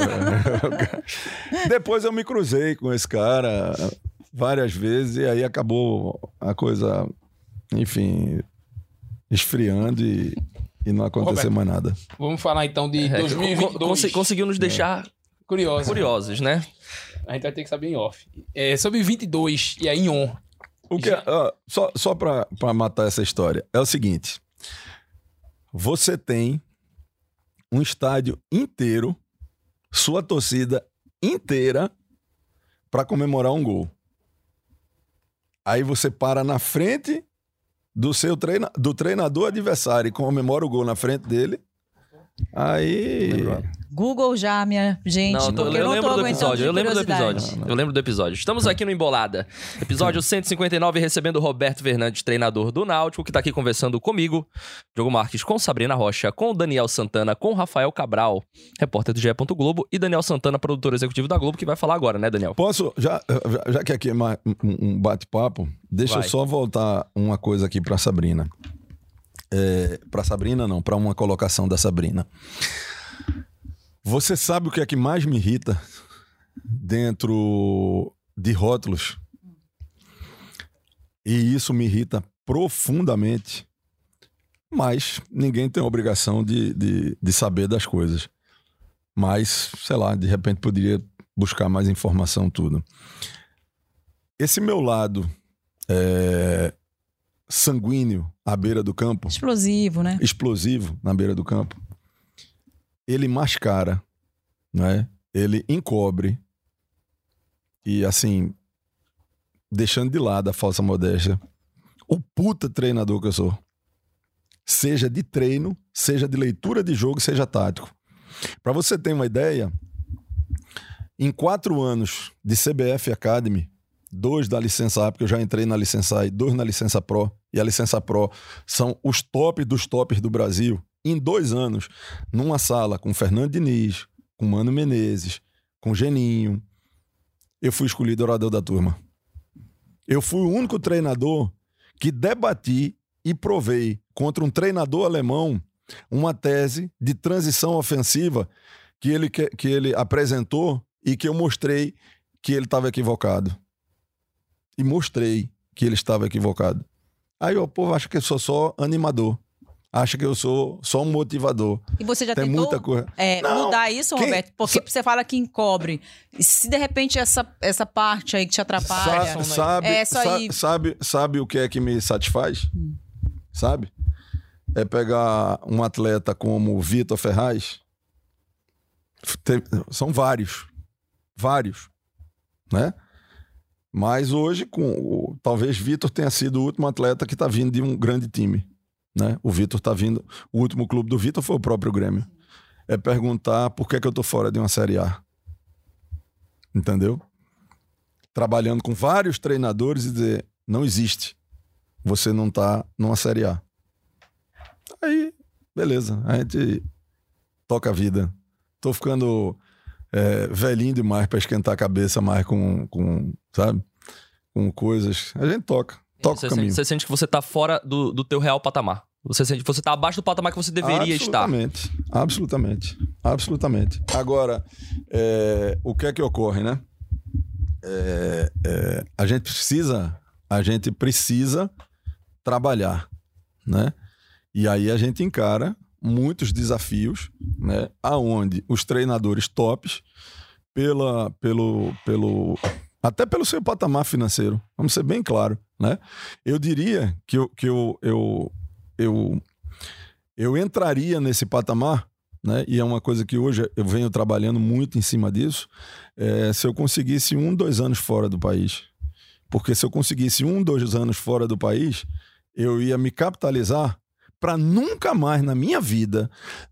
Depois eu me cruzei com esse cara várias vezes e aí acabou a coisa, enfim, esfriando e não aconteceu mais nada. Vamos falar então de 2022. Conseguiu nos deixar curiosos, né? A gente vai ter que saber em off. Sobre 22 e aí em on. Só pra matar essa história. É o seguinte. Você tem um estádio inteiro, sua torcida inteira, para comemorar um gol. Aí você para na frente do treinador adversário e comemora o gol na frente dele. Aí... Google já, minha gente. Eu lembro do episódio. Eu lembro do episódio. Estamos aqui no Embolada. Episódio 159, recebendo o Roberto Fernandes, treinador do Náutico, que está aqui conversando comigo, Diogo Marques, com Sabrina Rocha, com o Daniel Santana, com o Rafael Cabral, repórter do GE. Globo, e Daniel Santana, produtor executivo da Globo, que vai falar agora, né, Daniel? Posso, já que aqui é um bate-papo, deixa eu só voltar uma coisa aqui para Sabrina. Para Sabrina não, para uma colocação da Sabrina. Você sabe o que é que mais me irrita dentro de rótulos? E isso me irrita profundamente, mas ninguém tem a obrigação de saber das coisas. Mas, sei lá, de repente poderia buscar mais informação, tudo. Esse meu lado sanguíneo à beira do campo... Explosivo, né? Explosivo na beira do campo. Ele mascara, né? Ele encobre. E, assim, deixando de lado a falsa modéstia, o puta treinador que eu sou. Seja de treino, seja de leitura de jogo, seja tático. Para você ter uma ideia, em 4 anos de CBF Academy, 2 da licença A, porque eu já entrei na licença A, e 2 na licença Pro, e a licença Pro são os tops dos tops do Brasil. Em 2 anos, numa sala com Fernando Diniz, com Mano Menezes, com Geninho, eu fui escolhido orador da turma. Eu fui o único treinador que debati e provei contra um treinador alemão uma tese de transição ofensiva que ele apresentou e que eu mostrei que ele estava equivocado. E mostrei que ele estava equivocado. Aí o povo acha que eu sou só animador. Acha que eu sou só um motivador. E você já Tem tentou muita coisa. mudar isso, Roberto? Porque você fala que encobre. E se de repente essa parte aí que te atrapalha... Sabe o que é que me satisfaz? Sabe? É pegar um atleta como o Vitor Ferraz. São vários, né? Mas hoje, talvez Vitor tenha sido o último atleta que está vindo de um grande time, né? O Vitor está vindo... O último clube do Vitor foi o próprio Grêmio. É perguntar por que eu estou fora de uma Série A. Entendeu? Trabalhando com vários treinadores e dizer, não existe. Você não está numa Série A. Aí, beleza. A gente toca a vida. Tô ficando velhinho demais para esquentar a cabeça mais com sabe? Com coisas. A gente toca o caminho. Você sente que você tá fora do teu real patamar. Você sente que você tá abaixo do patamar que você deveria estar. Absolutamente. Agora, o que é que ocorre, né? A gente precisa trabalhar, né? E aí a gente encara muitos desafios, né? Aonde os treinadores tops, até pelo seu patamar financeiro, vamos ser bem claro, né? Eu diria que eu entraria nesse patamar, né? E é uma coisa que hoje eu venho trabalhando muito em cima disso, se eu conseguisse 2 anos fora do país. Porque se eu conseguisse 2 anos fora do país, eu ia me capitalizar para nunca mais na minha vida,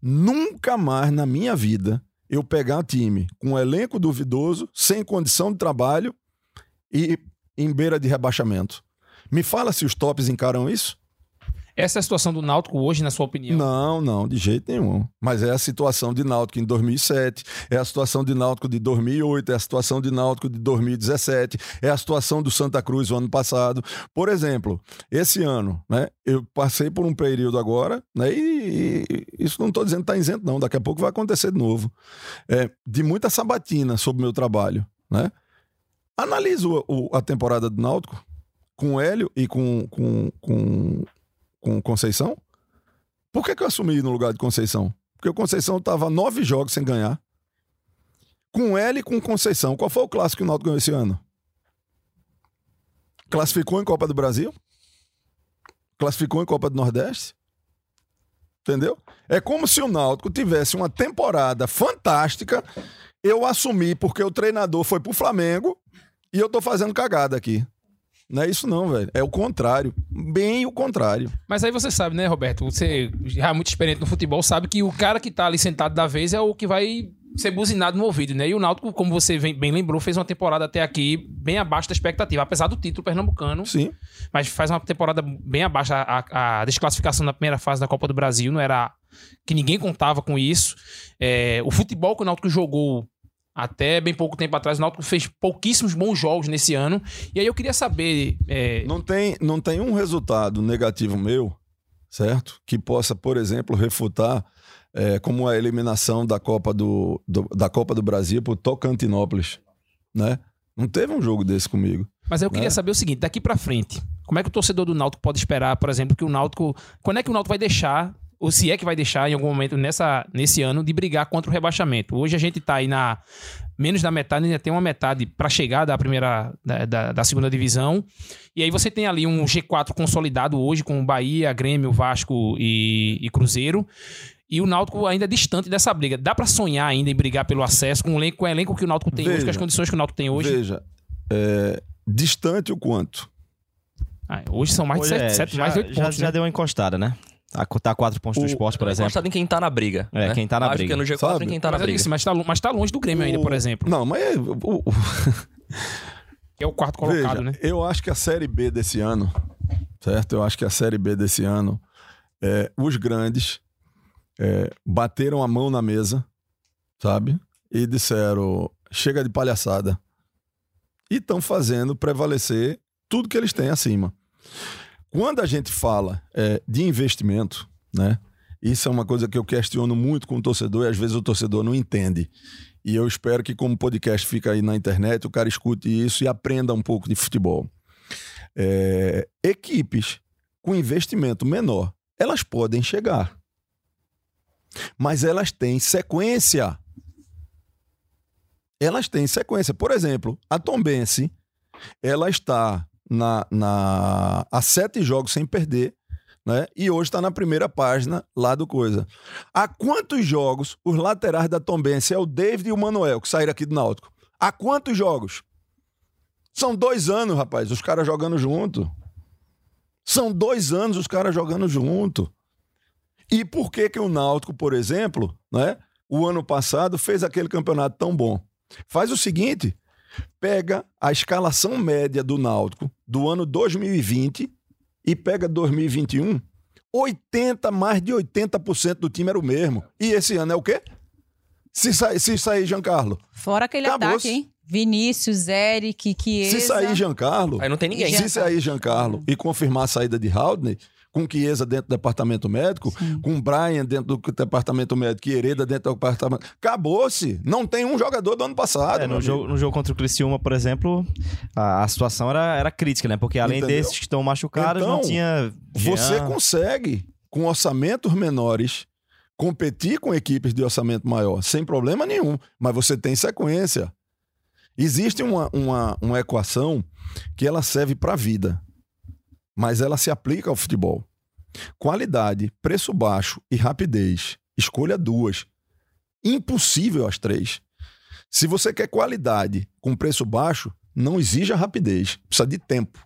eu pegar um time com um elenco duvidoso, sem condição de trabalho e em beira de rebaixamento. Me fala se os tops encaram isso? Essa é a situação do Náutico hoje, na sua opinião? Não, de jeito nenhum. Mas é a situação de Náutico em 2007, é a situação de Náutico de 2008, é a situação de Náutico de 2017, é a situação do Santa Cruz o ano passado. Por exemplo, esse ano, né, eu passei por um período agora, né, e isso não estou dizendo que está isento, não. Daqui a pouco vai acontecer de novo. De muita sabatina sobre o meu trabalho, né? Analiso a temporada do Náutico com o Hélio e com Conceição. Por que eu assumi no lugar de Conceição? Porque o Conceição estava 9 jogos sem ganhar. Com ele e com Conceição. Qual foi o clássico que o Náutico ganhou esse ano? Classificou em Copa do Brasil? Classificou em Copa do Nordeste? Entendeu? É como se o Náutico tivesse uma temporada fantástica. Eu assumi porque o treinador foi pro Flamengo e eu tô fazendo cagada aqui. Não é isso não, velho. É o contrário. Bem o contrário. Mas aí você sabe, né, Roberto? Você já é muito experiente no futebol, sabe que o cara que tá ali sentado da vez é o que vai ser buzinado no ouvido, né? E o Náutico, como você bem lembrou, fez uma temporada até aqui bem abaixo da expectativa, apesar do título pernambucano. Sim. Mas faz uma temporada bem abaixo. A desclassificação na primeira fase da Copa do Brasil não era... que ninguém contava com isso. O futebol que o Náutico jogou até bem pouco tempo atrás, o Náutico fez pouquíssimos bons jogos nesse ano. E aí eu queria saber... Não tem um resultado negativo meu, certo? Que possa, por exemplo, refutar como a eliminação da Copa do Brasil por Tocantinópolis, né? Não teve um jogo desse comigo. Mas eu queria saber o seguinte, daqui pra frente, como é que o torcedor do Náutico pode esperar, por exemplo, que o Náutico... Quando é que o Náutico vai deixar ou se é que vai deixar em algum momento nesse ano de brigar contra o rebaixamento. Hoje a gente tá aí na menos da metade, ainda tem uma metade para chegar da segunda divisão. E aí você tem ali um G4 consolidado hoje com Bahia, Grêmio, Vasco e Cruzeiro. E o Náutico ainda distante dessa briga. Dá para sonhar ainda em brigar pelo acesso com o elenco que o Náutico tem hoje, com as condições que o Náutico tem hoje? Veja, distante o quanto? Hoje são mais de 7, mais de 8 pontos. Já deu uma encostada, né? Tá 4 pontos do Sport, por exemplo. Encostado em quem tá na briga. Né? Quem tá na Acho briga. que é no G4 em quem tá na briga. Mas tá longe do Grêmio ainda, por exemplo. Não, mas... Que é o quarto colocado, Veja, né? Eu acho que a Série B desse ano, certo? Eu acho que a Série B desse ano, os grandes bateram a mão na mesa, sabe? E disseram, chega de palhaçada. E estão fazendo prevalecer tudo que eles têm acima. Quando a gente fala de investimento, né? Isso é uma coisa que eu questiono muito com o torcedor e às vezes o torcedor não entende. E eu espero que, como podcast fica aí na internet, o cara escute isso e aprenda um pouco de futebol. Equipes com investimento menor, elas podem chegar. Mas elas têm sequência. Elas têm sequência. Por exemplo, a Tombense, ela está há 7 jogos sem perder, né? E hoje está na primeira página lá do coisa. Há quantos jogos os laterais da Tombense o David e o Manuel, que saíram aqui do Náutico? Há quantos jogos? São 2 anos, rapaz, os caras jogando junto. São 2 anos os caras jogando junto. E por que o Náutico, por exemplo, né, o ano passado fez aquele campeonato tão bom? Faz o seguinte, pega a escalação média do Náutico do ano 2020 e pega 2021, mais de 80% do time era o mesmo. E esse ano é o quê? Se sair Giancarlo. Fora aquele acabou-se. ataque, hein? Vinícius, Eric, Chiesa. Se sair Giancarlo... Aí não tem ninguém. Se sair Giancarlo e confirmar a saída de Haldney, com Chiesa dentro do departamento médico, sim, com Brian dentro do departamento médico e Hereda dentro do departamento... Acabou-se! Não tem um jogador do ano passado. No jogo contra o Criciúma, por exemplo, a situação era crítica, né? Porque além desses que estão machucados, então, não tinha... Você consegue, com orçamentos menores, competir com equipes de orçamento maior, sem problema nenhum, mas você tem sequência. Existe uma equação que ela serve para a vida, mas ela se aplica ao futebol. Qualidade, preço baixo e rapidez. Escolha 2. Impossível as 3. Se você quer qualidade com preço baixo, não exija rapidez. Precisa de tempo.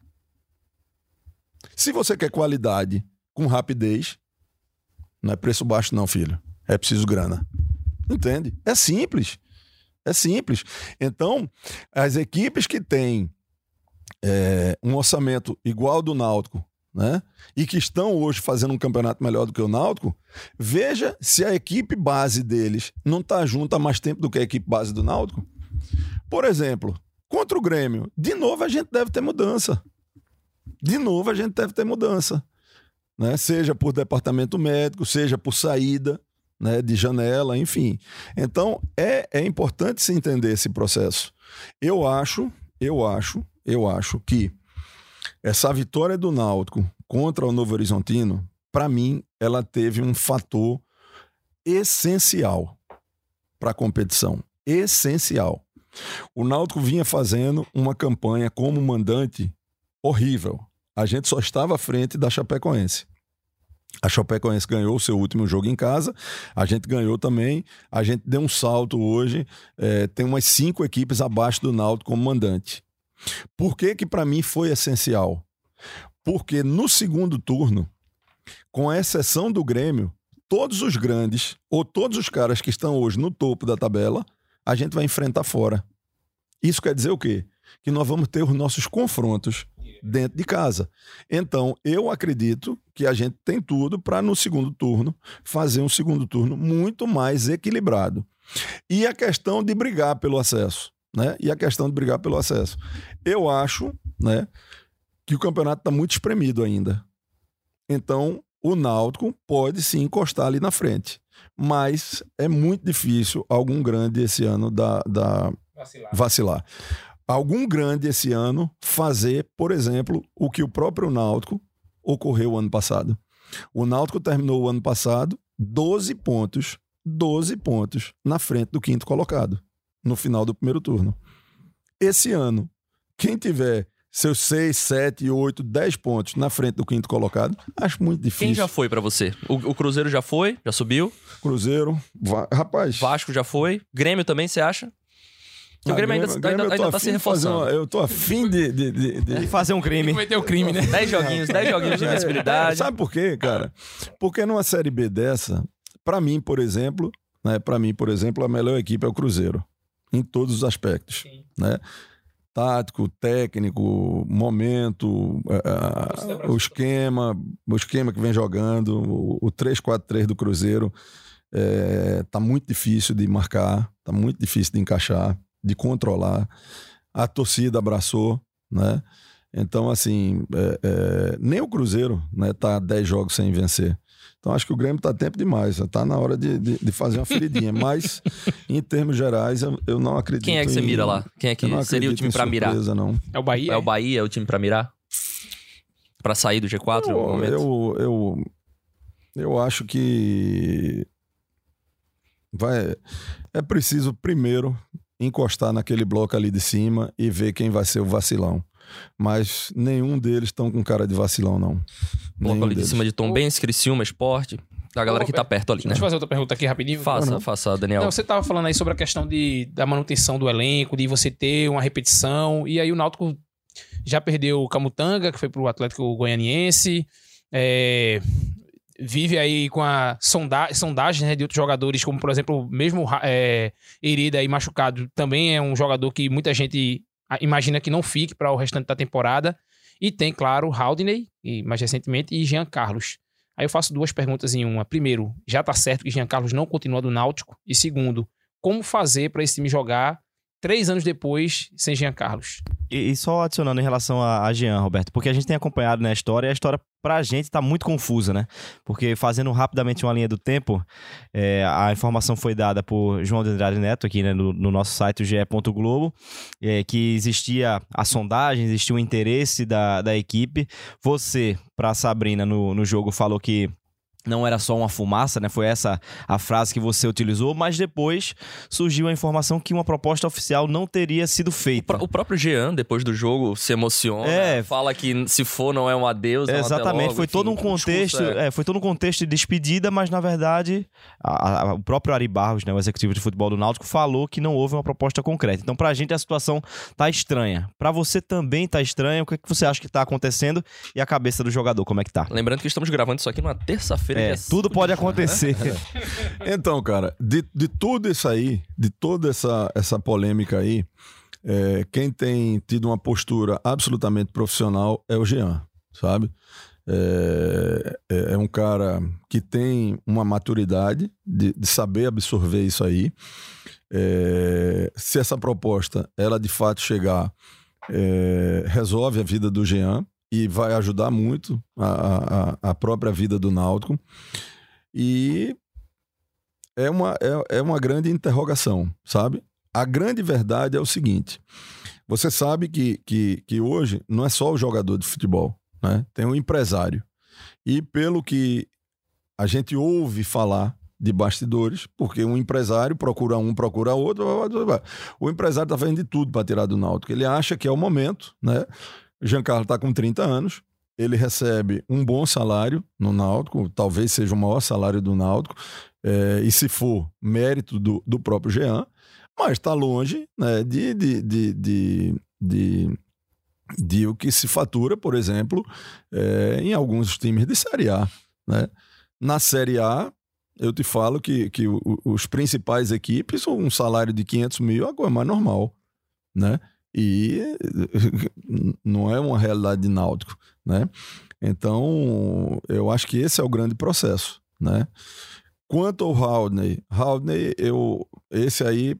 Se você quer qualidade com rapidez, não é preço baixo não, filho. É preciso grana. Entende? É simples. É simples. Então, as equipes que têm um orçamento igual ao do Náutico, né? E que estão hoje fazendo um campeonato melhor do que o Náutico, veja se a equipe base deles não está junto há mais tempo do que a equipe base do Náutico. Por exemplo, contra o Grêmio, de novo a gente deve ter mudança. Né? Seja por departamento médico, seja por saída, né, de janela, enfim. Então, é importante se entender esse processo. Eu acho que essa vitória do Náutico contra o Novo Horizontino, para mim, ela teve um fator essencial para a competição. Essencial. O Náutico vinha fazendo uma campanha como mandante horrível. A gente só estava à frente da Chapecoense. A Chapecoense ganhou o seu último jogo em casa, a gente ganhou também, a gente deu um salto hoje, tem umas 5 equipes abaixo do Náutico como mandante. Por que para mim foi essencial? Porque no segundo turno, com exceção do Grêmio, todos os grandes, ou todos os caras que estão hoje no topo da tabela, a gente vai enfrentar fora. Isso quer dizer o quê? Que nós vamos ter os nossos confrontos dentro de casa. Então, eu acredito que a gente tem tudo para, no segundo turno, fazer um segundo turno muito mais equilibrado. E a questão de brigar pelo acesso, né? Eu acho, né, que o campeonato está muito espremido ainda. Então, o Náutico pode sim encostar ali na frente. Mas é muito difícil algum grande esse ano vacilar. Algum grande esse ano fazer, por exemplo, o que o próprio Náutico ocorreu ano passado. O Náutico terminou o ano passado 12 pontos na frente do 5º colocado, no final do primeiro turno. Esse ano, quem tiver seus 6, 7, 8, 10 pontos na frente do 5º colocado, acho muito difícil. Quem já foi pra você? O Cruzeiro já foi? Já subiu? Cruzeiro, rapaz... Vasco já foi? Grêmio também, você acha? O Grêmio ainda tá se reforçando. Eu tô afim de fazer um crime. Vai ter o crime, né? 10 joguinhos de invencibilidade. Sabe por quê, cara? Porque numa Série B dessa, pra mim, por exemplo, a melhor equipe é o Cruzeiro. Em todos os aspectos. Sim. Né? Tático, técnico, momento, o esquema que vem jogando, o 3-4-3 do Cruzeiro tá muito difícil de marcar, tá muito difícil de encaixar, de controlar. A torcida abraçou, né? Então, assim, nem o Cruzeiro, né, tá 10 jogos sem vencer. Então, acho que o Grêmio tá tempo demais. Tá na hora de fazer uma feridinha. Mas, em termos gerais, eu não acredito. Quem é que você mira lá? Quem é que seria o time pra mirar? Não. É o Bahia? É o Bahia, é o time pra mirar? Pra sair do G4 no momento? Eu acho que é preciso primeiro encostar naquele bloco ali de cima e ver quem vai ser o vacilão. Mas nenhum deles estão com cara de vacilão, não. Bloco ali de cima de Tombense, Criciúma, Sport. A galera que tá perto ali, né? Deixa eu fazer outra pergunta aqui rapidinho. Faça, Daniel. Não, você tava falando aí sobre a questão da manutenção do elenco, de você ter uma repetição. E aí o Náutico já perdeu o Camutanga, que foi pro Atlético Goianiense. Vive aí com a sondagem, né, de outros jogadores, como por exemplo, mesmo Herida aí machucado, também é um jogador que muita gente imagina que não fique para o restante da temporada. E tem, claro, Haldney, e mais recentemente, e Jean Carlos. Aí eu faço 2 perguntas em uma. Primeiro, já tá certo que Jean Carlos não continua do Náutico? E segundo, como fazer para esse time jogar 3 anos depois sem Jean Carlos? E só adicionando em relação a Jean, Roberto, porque a gente tem acompanhado na história, e a história pra gente tá muito confusa, né? Porque fazendo rapidamente uma linha do tempo, a informação foi dada por João de Andrade Neto aqui, né, no nosso site, o ge.globo, que existia a sondagem, existia o interesse da equipe. Você, pra Sabrina, no jogo, falou que não era só uma fumaça, né? Foi essa a frase que você utilizou, mas depois surgiu a informação que uma proposta oficial não teria sido feita. O próprio Jean, depois do jogo, se emociona, fala que se for não é um adeus, exatamente, logo, foi todo um contexto, foi todo um contexto de despedida, mas na verdade o próprio Ari Barros, né, o executivo de futebol do Náutico, falou que não houve uma proposta concreta. Então pra gente a situação tá estranha. Pra você também tá estranha. O que você acha que tá acontecendo e a cabeça do jogador, como é que tá? Lembrando que estamos gravando isso aqui numa terça-feira. Tudo pode acontecer. Então, cara, de tudo isso aí, de toda essa polêmica aí, quem tem tido uma postura absolutamente profissional é o Jean, sabe? É um cara que tem uma maturidade de saber absorver isso aí. Se essa proposta, ela de fato chegar, resolve a vida do Jean, e vai ajudar muito a própria vida do Náutico. E é uma grande interrogação, sabe? A grande verdade é o seguinte: você sabe que hoje não é só o jogador de futebol, né? Tem um empresário. E pelo que a gente ouve falar de bastidores, porque um empresário procura um, procura outro, o empresário está fazendo de tudo para tirar do Náutico. Ele acha que é o momento, né? Jean Carlos está com 30 anos, ele recebe um bom salário no Náutico, talvez seja o maior salário do Náutico, e se for mérito do próprio Jean, mas está longe, né, de o que se fatura, por exemplo, em alguns times de Série A, né? Na Série A, eu te falo que os principais equipes, um salário de 500 mil é a coisa mais normal, né? E não é uma realidade de Náutico, né? Então, eu acho que esse é o grande processo, né? Quanto ao Haldney, esse aí,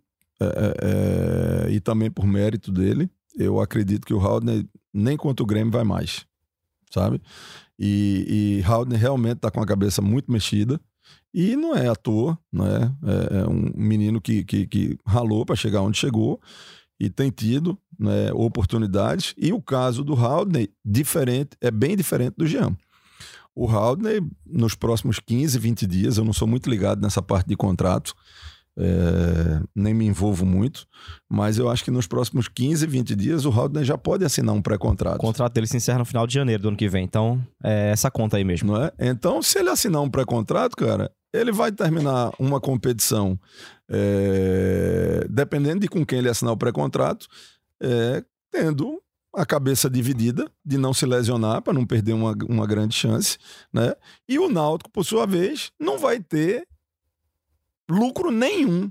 e também por mérito dele, eu acredito que o Haldney nem contra o Grêmio vai mais, sabe? E Haldney realmente está com a cabeça muito mexida, e não é à toa, né? É um menino que ralou para chegar onde chegou, e tem tido, né, oportunidades. E o caso do Haldney é bem diferente do Jean. O Haldney, nos próximos 15, 20 dias, eu não sou muito ligado nessa parte de contrato, nem me envolvo muito, mas eu acho que nos próximos 15, 20 dias o Haldney já pode assinar um pré-contrato. O contrato dele se encerra no final de janeiro do ano que vem, então é essa conta aí mesmo. Não é? Então, se ele assinar um pré-contrato, cara, ele vai terminar uma competição, dependendo de com quem ele assinar o pré-contrato, tendo a cabeça dividida de não se lesionar para não perder uma grande chance, né? E o Náutico, por sua vez, não vai ter lucro nenhum.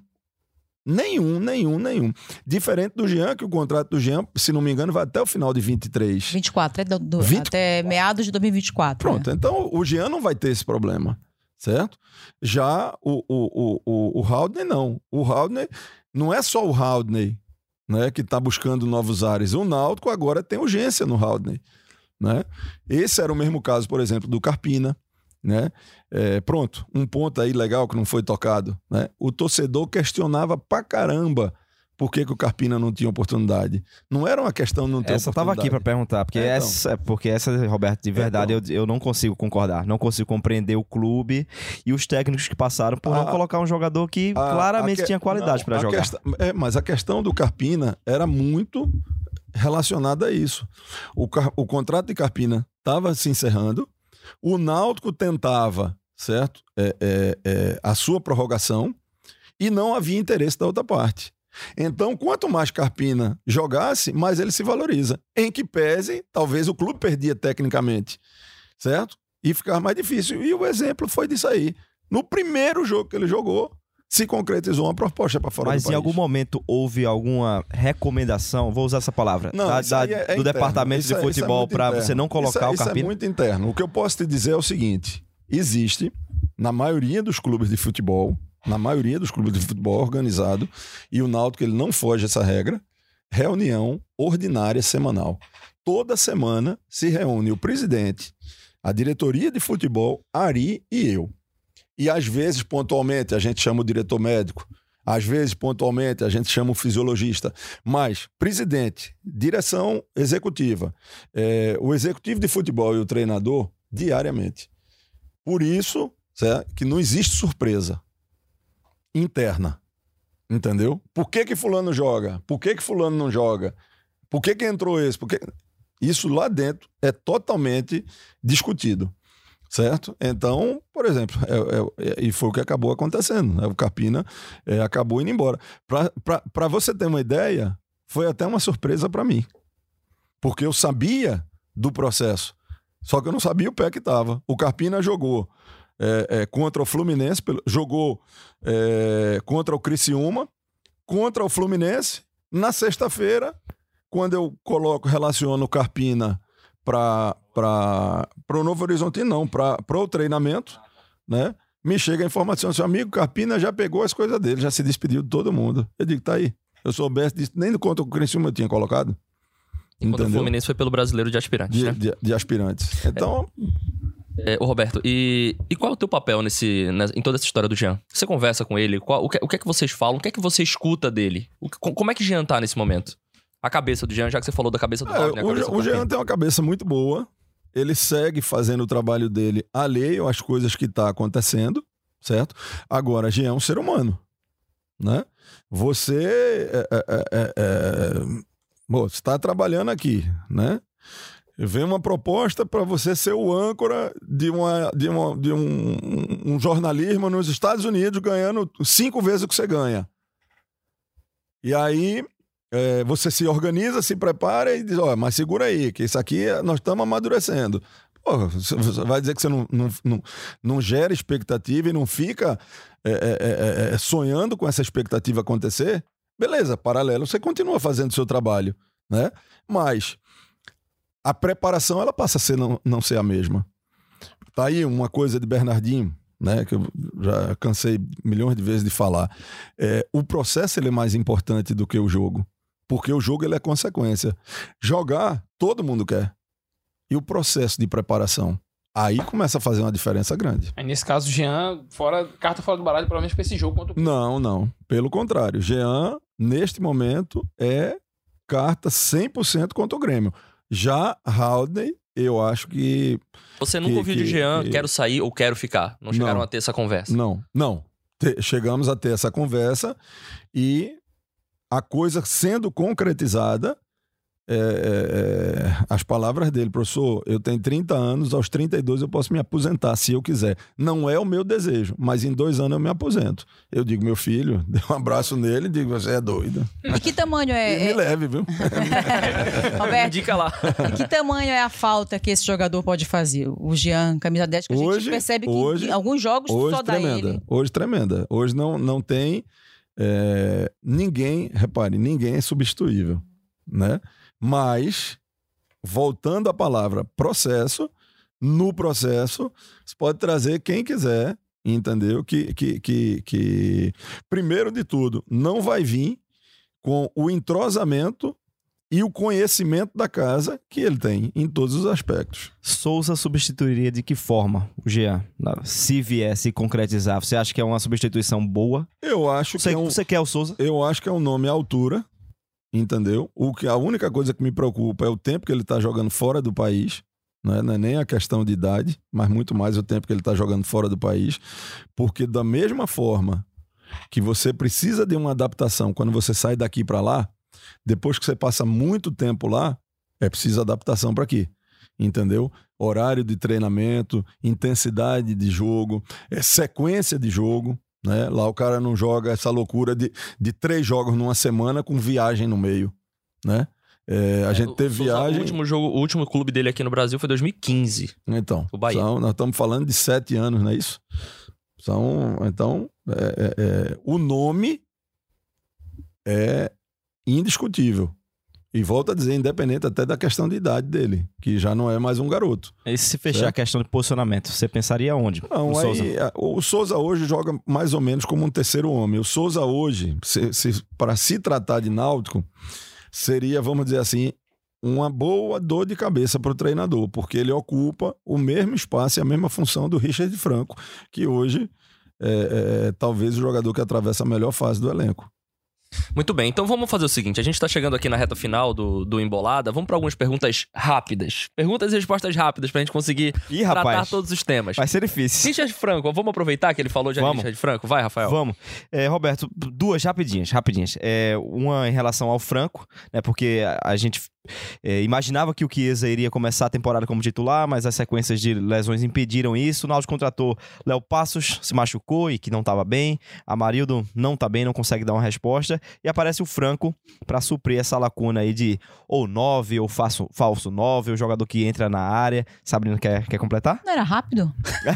Nenhum. Diferente do Jean, que o contrato do Jean, se não me engano, vai até o final de 23. 24, até meados de 2024. Pronto, então o Jean não vai ter esse problema, certo? Já o Haldney não. O Haldney não é só o Haldney, né, que está buscando novos ares. O Náutico agora tem urgência no Haldney, né? Esse era o mesmo caso, por exemplo, do Carpina, né? Pronto, um ponto aí legal que não foi tocado, né? O torcedor questionava pra caramba por que o Carpina não tinha oportunidade. Não era uma questão de não ter essa oportunidade. Essa tava aqui pra perguntar, porque essa, Roberto, de verdade, eu não consigo concordar. Não consigo compreender o clube e os técnicos que passaram por não colocar um jogador que claramente tinha qualidade para jogar. Mas a questão do Carpina era muito relacionada a isso. O contrato de Carpina estava se encerrando, o Náutico tentava, certo? A sua prorrogação e não havia interesse da outra parte. Então, quanto mais Carpina jogasse, mais ele se valoriza. Em que pese, talvez o clube perdia tecnicamente, certo? E ficava mais difícil. E o exemplo foi disso aí. No primeiro jogo que ele jogou, se concretizou uma proposta para fora do país. Mas em algum momento houve alguma recomendação, vou usar essa palavra, do departamento de futebol para você não colocar o Carpina? Isso é muito interno. O que eu posso te dizer é o seguinte: existe, na maioria dos clubes de futebol, organizado, e o Náutico ele não foge essa regra, reunião ordinária semanal. Toda semana se reúne o presidente, a diretoria de futebol, Ari e eu. E às vezes, pontualmente, a gente chama o diretor médico, às vezes, pontualmente, a gente chama o fisiologista. Mas presidente, direção executiva, o executivo de futebol e o treinador, diariamente. Por isso, certo, que não existe surpresa interna, entendeu? Por que fulano joga? Por que fulano não joga? Por que entrou esse? Isso lá dentro é totalmente discutido, certo? Então, por exemplo, e foi o que acabou acontecendo, né? O Carpina acabou indo embora. Para você ter uma ideia, foi até uma surpresa para mim, porque eu sabia do processo, só que eu não sabia o pé que estava. O Carpina jogou contra o Fluminense, jogou contra o Criciúma, contra o Fluminense. Na sexta-feira, quando eu relaciono o Carpina para o Novo Horizontino, não, para o treinamento, né? Me chega a informação, seu amigo Carpina já pegou as coisas dele, já se despediu de todo mundo. Eu digo, tá aí. Eu soubesse disso, nem contra o Criciúma eu tinha colocado. Enquanto o Fluminense foi pelo Brasileiro de Aspirantes, né? De aspirantes. Então... Ô Roberto, e qual é o teu papel em toda essa história do Jean? Você conversa com ele? O que é que vocês falam? O que é que você escuta dele? Como é que Jean tá nesse momento? A cabeça do Jean, já que você falou da cabeça do Haldney. O Jean tem uma cabeça muito boa. Ele segue fazendo o trabalho dele alheio às coisas que tá acontecendo, certo? Agora, Jean é um ser humano, né? Você está trabalhando aqui, né? Vem uma proposta para você ser o âncora de um jornalismo nos Estados Unidos, ganhando 5 vezes o que você ganha. E aí você se organiza, se prepara e diz, mas segura aí, que isso aqui nós estamos amadurecendo. Pô, você vai dizer que você não gera expectativa e não fica sonhando com essa expectativa acontecer? Beleza, paralelo, você continua fazendo o seu trabalho, né? Mas a preparação, ela passa a não ser a mesma. Tá aí uma coisa de Bernardinho, né, que eu já cansei milhões de vezes de falar. O processo ele é mais importante do que o jogo, porque o jogo ele é consequência. Jogar, todo mundo quer. E o processo de preparação, aí começa a fazer uma diferença grande. Aí nesse caso, Jean, carta fora do baralho, provavelmente para esse jogo contra o... Não. Pelo contrário. Jean, neste momento, é carta 100% contra o Grêmio. Já Haldney, eu acho que... Você nunca ouviu de Jean, quero sair ou quero ficar? Não chegaram a ter essa conversa? Não. Chegamos a ter essa conversa e a coisa sendo concretizada, as palavras dele, professor, eu tenho 30 anos, aos 32 eu posso me aposentar, se eu quiser. Não é o meu desejo, mas em 2 anos eu me aposento. Eu digo, meu filho, dei um abraço nele e digo, você é doido. E que tamanho me leve, viu? Roberto, indica lá. E que tamanho é a falta que esse jogador pode fazer? O Jean, camisa 10, que a gente percebe que em alguns jogos só dá ele. Hoje tremenda. Hoje não tem ninguém, repare, ninguém é substituível, né? Mas, voltando à palavra processo, no processo, você pode trazer quem quiser, entendeu? Que primeiro de tudo, não vai vir com o entrosamento e o conhecimento da casa que ele tem em todos os aspectos. Souza substituiria de que forma o Jean? Se viesse concretizar, você acha que é uma substituição boa? Eu acho que você quer o Souza? Eu acho que é um nome à altura. Entendeu? A única coisa que me preocupa é o tempo que ele está jogando fora do país, né? Não é nem a questão de idade, mas muito mais o tempo que ele está jogando fora do país, porque da mesma forma que você precisa de uma adaptação quando você sai daqui para lá, depois que você passa muito tempo lá, é preciso adaptação para aqui, entendeu? Horário de treinamento, intensidade de jogo, sequência de jogo. Né? Lá o cara não joga essa loucura de 3 jogos numa semana com viagem no meio, né? A gente teve viagem... O último clube dele aqui no Brasil foi 2015. Então, o Bahia. Nós estamos falando de 7 anos, não é isso? Então, o nome é indiscutível. E volto a dizer, independente até da questão de idade dele, que já não é mais um garoto. E se fechar certo? A questão de posicionamento, você pensaria onde? Não, o Souza hoje joga mais ou menos como um terceiro homem. O Souza hoje, para se tratar de Náutico, seria, vamos dizer assim, uma boa dor de cabeça para o treinador, porque ele ocupa o mesmo espaço e a mesma função do Richard Franco, que hoje é talvez o jogador que atravessa a melhor fase do elenco. Muito bem, então vamos fazer o seguinte, a gente tá chegando aqui na reta final do Embolada, vamos para algumas perguntas rápidas. Perguntas e respostas rápidas pra gente conseguir tratar todos os temas. Vai ser difícil. Richard Franco, vamos aproveitar que ele falou já de Richard Franco? Vai, Rafael. Vamos. Roberto, 2 rapidinhas. Uma em relação ao Franco, né, porque a gente imaginava que o Chiesa iria começar a temporada como titular, mas as sequências de lesões impediram isso. O Náutico contratou Léo Passos, se machucou e que não estava bem. Amarildo não está bem, não consegue dar uma resposta. E aparece o Franco para suprir essa lacuna aí de ou 9 ou falso 9, o jogador que entra na área. Sabrina, quer completar? Não era rápido?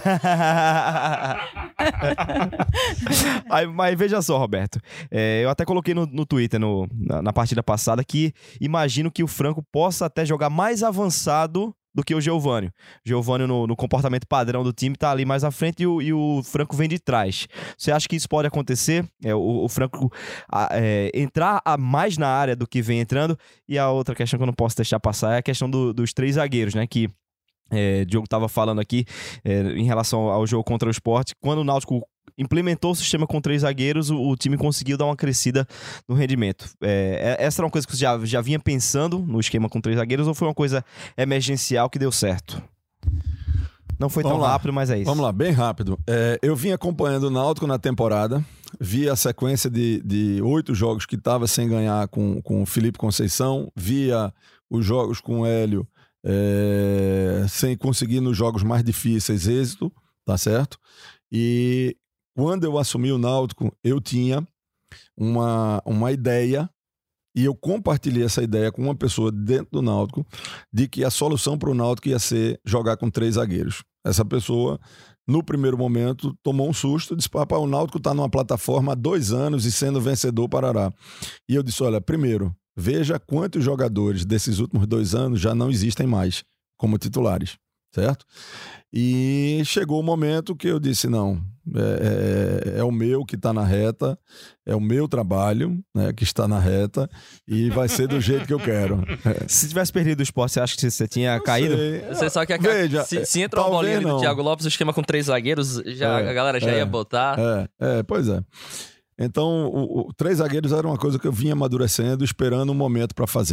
Mas veja só, Roberto. Eu até coloquei no Twitter na partida passada que imagino que o Franco possa até jogar mais avançado do que o Geovânio. O Geovânio, no comportamento padrão do time, tá ali mais à frente e o Franco vem de trás. Você acha que isso pode acontecer? O Franco entrar mais na área do que vem entrando? E a outra questão que eu não posso deixar passar é a questão dos 3 zagueiros, né? Que o Diogo estava falando aqui em relação ao jogo contra o Sport. Quando o Náutico implementou o sistema com 3 zagueiros, o time conseguiu dar uma crescida no rendimento. Essa era uma coisa que você já vinha pensando no esquema com 3 zagueiros ou foi uma coisa emergencial que deu certo? Não foi tão rápido, mas é isso. Vamos lá, bem rápido. Eu vim acompanhando o Náutico na temporada, vi a sequência de 8 jogos que estava sem ganhar com o Felipe Conceição, via os jogos com o Hélio sem conseguir nos jogos mais difíceis êxito, tá certo? E quando eu assumi o Náutico, eu tinha uma ideia e eu compartilhei essa ideia com uma pessoa dentro do Náutico de que a solução para o Náutico ia ser jogar com 3 zagueiros. Essa pessoa, no primeiro momento, tomou um susto, disse, papai, o Náutico está numa plataforma há 2 anos e sendo vencedor parará. E eu disse, olha, primeiro, veja quantos jogadores desses últimos 2 anos já não existem mais como titulares, certo? E chegou o momento que eu disse, não, é o meu que está na reta, é o meu trabalho, né, que está na reta e vai ser do jeito que eu quero. Se tivesse perdido o Esporte, você acha que você tinha caído? Você sabe que se entra uma bolinha do Thiago Lopes, o esquema com 3 zagueiros, a galera já ia botar. Pois é. Então, 3 zagueiros era uma coisa que eu vinha amadurecendo, esperando um momento para fazer.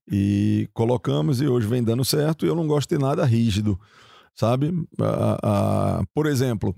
E colocamos e hoje vem dando certo e eu não gosto de nada rígido, sabe? Por exemplo,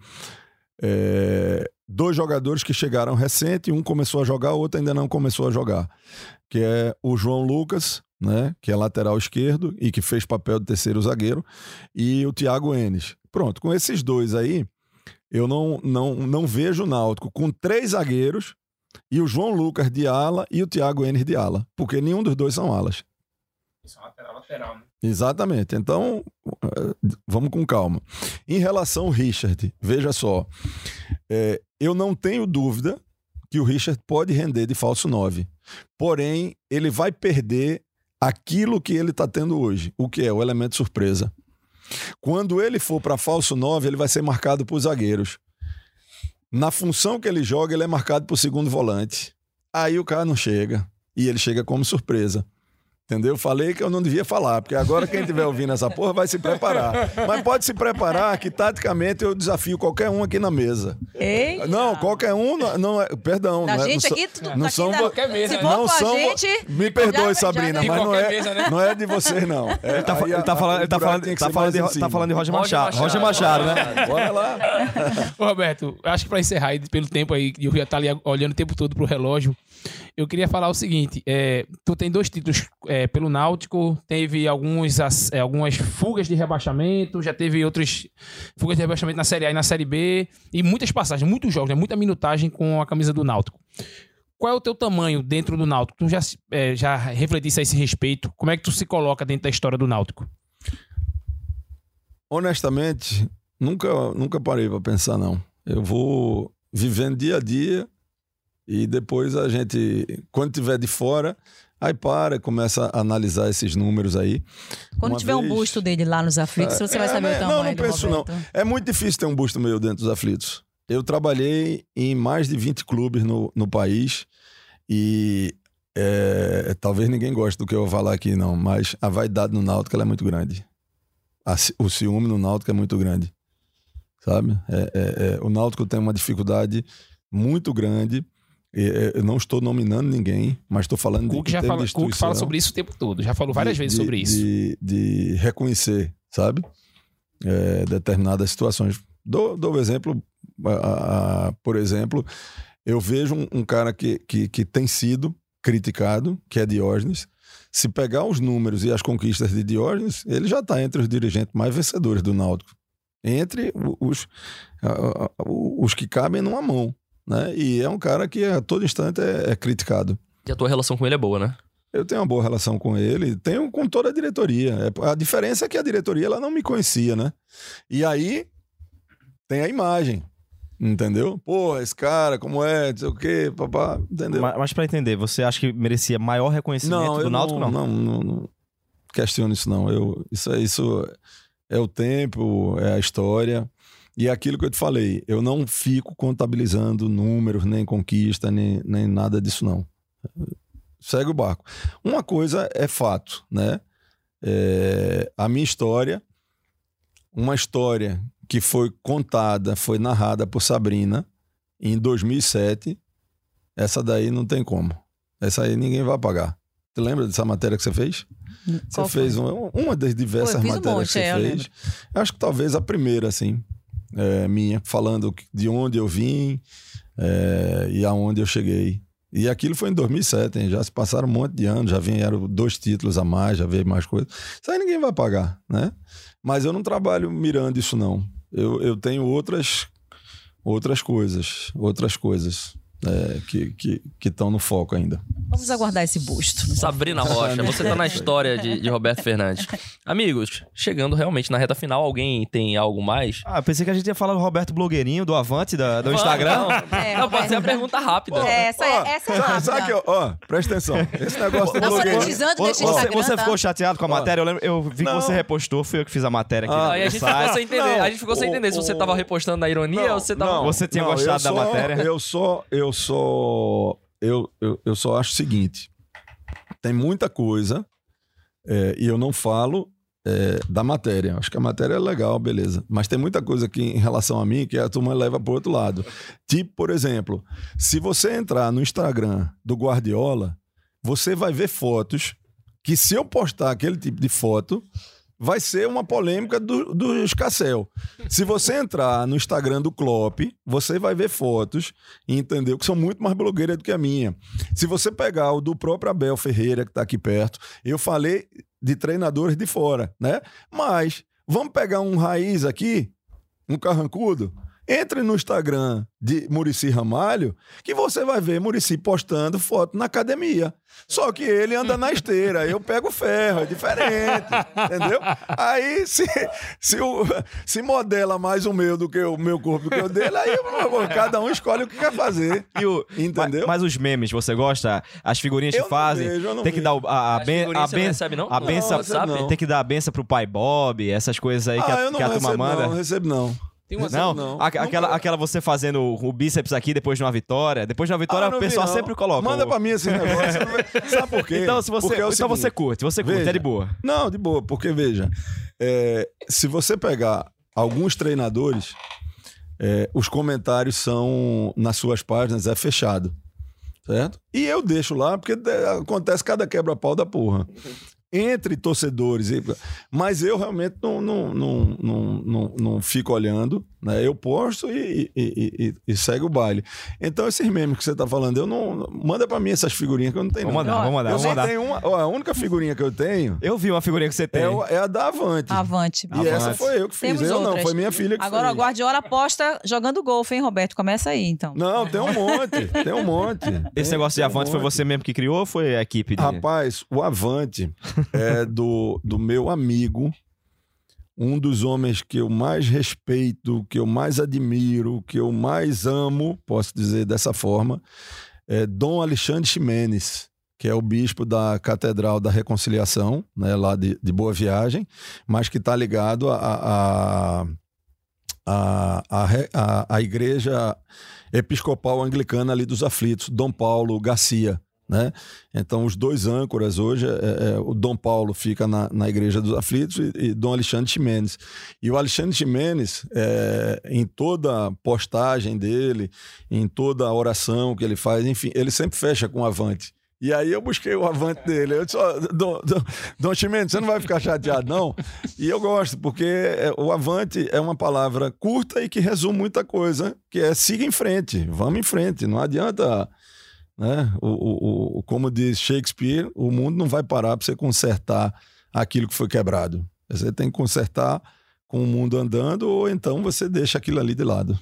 2 jogadores que chegaram recente, um começou a jogar, o outro ainda não começou a jogar, que é o João Lucas, né, que é lateral esquerdo e que fez papel de terceiro zagueiro, e o Thiago Enes. Pronto, com esses 2 aí, eu não vejo o Náutico com 3 zagueiros e o João Lucas de ala e o Thiago Enes de ala, porque nenhum dos 2 são alas. Isso é lateral, né? Exatamente. Então, vamos com calma. Em relação ao Richard, veja só, eu não tenho dúvida que o Richard pode render de falso 9. Porém, ele vai perder aquilo que ele está tendo hoje, o que é o elemento surpresa. Quando ele for para falso 9, ele vai ser marcado por zagueiros. Na função que ele joga, ele é marcado por segundo volante. Aí o cara não chega. E ele chega como surpresa. Entendeu? Falei que eu não devia falar, porque agora quem estiver ouvindo essa porra vai se preparar. Mas pode se preparar que, taticamente, eu desafio qualquer um aqui na mesa. Eita. Não, qualquer um não é... Perdão. Da não é, gente não aqui, não aqui são da- qualquer mesa, se né? for não com a são... gente... Me perdoe, já- Sabrina, já- mas qualquer mesa, né? não é de vocês, não. Ele tá falando de Roger Machado. Roger Machado, né? Bora lá. Ô, Roberto, acho que pra encerrar aí, pelo tempo aí, eu ia estar ali olhando o tempo todo pro relógio, eu queria falar o seguinte, tu tem 2 títulos pelo Náutico, teve algumas fugas de rebaixamento, já teve outras fugas de rebaixamento na Série A e na Série B, e muitas passagens, muitos jogos, né? Muita minutagem com a camisa do Náutico. Qual é o teu tamanho dentro do Náutico? Tu já refletisse a esse respeito? Como é que tu se coloca dentro da história do Náutico? Honestamente, nunca parei para pensar, não. Eu vou vivendo dia a dia e depois a gente, quando estiver de fora, aí começa a analisar esses números aí. Quando tiver um busto dele lá nos aflitos, você vai saber o tamanho não do penso Roberto. não. É muito difícil ter um busto meu dentro dos aflitos. Eu trabalhei em mais de 20 clubes no país e talvez ninguém goste do que eu vou falar aqui, não, mas a vaidade no Náutico ela é muito grande. O ciúme no Náutico é muito grande, sabe? O Náutico tem uma dificuldade muito grande. Eu não estou nominando ninguém, mas estou falando Cook já fala sobre isso o tempo todo, já falou várias vezes sobre isso. De reconhecer, sabe? Determinadas situações. Dou o exemplo, por exemplo, eu vejo um cara que tem sido criticado, que é Diógenes. Se pegar os números e as conquistas de Diógenes, ele já está entre os dirigentes mais vencedores do Náutico. Entre os que cabem numa mão. Né? E é um cara que a todo instante é criticado. E a tua relação com ele é boa, né? Eu tenho uma boa relação com ele, tenho com toda a diretoria. A diferença é que a diretoria ela não me conhecia, né? E aí tem a imagem, entendeu? Pô, esse cara, como é, não sei o quê, papá, entendeu? Mas pra entender, você acha que merecia maior reconhecimento do Náutico? Não questiono isso, não. Isso é o tempo, é a história. E é aquilo que eu te falei, eu não fico contabilizando números, nem conquista, nem nada disso, não. Segue o barco. Uma coisa é fato, né? A minha história, uma história que foi contada, foi narrada por Sabrina em 2007, essa daí não tem como. Essa aí ninguém vai pagar. Você lembra dessa matéria que você fez? Qual você fez uma das diversas matérias que você fez. Acho que talvez a primeira, assim. Minha, falando de onde eu vim e aonde eu cheguei. E aquilo foi em 2007, hein? Já se passaram um monte de anos, já vieram 2 títulos a mais, já veio mais coisas. Isso aí ninguém vai pagar, né? Mas eu não trabalho mirando isso, não. Eu tenho outras coisas que estão no foco ainda. Vamos aguardar esse busto. Sabrina Rocha, você tá na história de Roberto Fernandes. Amigos, chegando realmente na reta final, alguém tem algo mais? Pensei que a gente ia falar do Roberto Blogueirinho, do Avante, do Instagram. Não, pode ser a pergunta rápida. Essa é rápida. Sabe que, presta atenção. Esse negócio do Não blogueirinho... monetizando, deixa o Você Instagram, ficou chateado com a matéria? Eu vi que você repostou, fui eu que fiz a matéria aqui. Aí a gente ficou sem entender. A gente ficou sem entender se você tava repostando na ironia ou se você tava... Você tinha gostado da matéria? Eu só acho o seguinte, tem muita coisa e eu não falo da matéria. Acho que a matéria é legal, beleza. Mas tem muita coisa aqui em relação a mim que a turma leva pro outro lado. Tipo, por exemplo, se você entrar no Instagram do Guardiola, você vai ver fotos que se eu postar aquele tipo de foto, vai ser uma polêmica do Escassel. Se você entrar no Instagram do Klopp, você vai ver fotos, entendeu? Que são muito mais blogueiras do que a minha. Se você pegar o do próprio Abel Ferreira, que está aqui perto, eu falei de treinadores de fora, né? Mas vamos pegar um raiz aqui, um carrancudo. Entre no Instagram de Muricy Ramalho, que você vai ver Muricy postando foto na academia. Só que ele anda na esteira, eu pego ferro, é diferente, entendeu? Aí, se modela mais o meu do que o meu corpo do que o dele, aí cada um escolhe o que quer fazer, entendeu? Mas os memes, você gosta? As figurinhas que fazem? Eu não tem que dar a benção. Tem que dar a benção pro pai Bob, essas coisas aí que a turma manda. Não recebo, não. Não, aquela você fazendo o bíceps aqui depois de uma vitória. Depois de uma vitória, o pessoal sempre coloca. Manda pra mim esse negócio. Sabe por quê? Então, você curte, veja, é de boa. Não, de boa, porque veja, se você pegar alguns treinadores, os comentários são, nas suas páginas, fechado. Certo? E eu deixo lá, porque acontece cada quebra-pau da porra. Entre torcedores, mas eu realmente não fico olhando, né? Eu posto e segue o baile. Então esses memes que você tá falando, eu não manda pra mim essas figurinhas que eu não tenho. Vamos mandar. Tenho a única figurinha que eu tenho. Eu vi uma figurinha que você tem. É a da Avante. Avante. E essa foi eu que fiz. Temos outras. Não, foi minha filha que Agora fez. o Guardiola aposta jogando golfe, hein, Roberto? Começa aí, então. Não, tem um monte. Esse negócio de Avante foi você mesmo que criou ou foi a equipe? Rapaz, o Avante é do meu amigo, um dos homens que eu mais respeito, que eu mais admiro, que eu mais amo, posso dizer dessa forma, é Dom Alexandre Ximenes, que é o bispo da Catedral da Reconciliação, né, lá de Boa Viagem, mas que está ligado à igreja episcopal anglicana ali dos Aflitos, Dom Paulo Garcia. Né? Então os dois âncoras hoje, o Dom Paulo fica na Igreja dos Aflitos e Dom Alexandre Ximenes. E o Alexandre Ximenes, em toda postagem dele, em toda oração que ele faz, enfim, ele sempre fecha com o Avante. E aí eu busquei o Avante dele. Eu disse, Dom Ximenes, você não vai ficar chateado, não? E eu gosto, porque o Avante é uma palavra curta e que resume muita coisa, que é siga em frente, vamos em frente, não adianta... Né? Como diz Shakespeare, o mundo não vai parar para você consertar aquilo que foi quebrado. Você tem que consertar com o mundo andando, ou então você deixa aquilo ali de lado.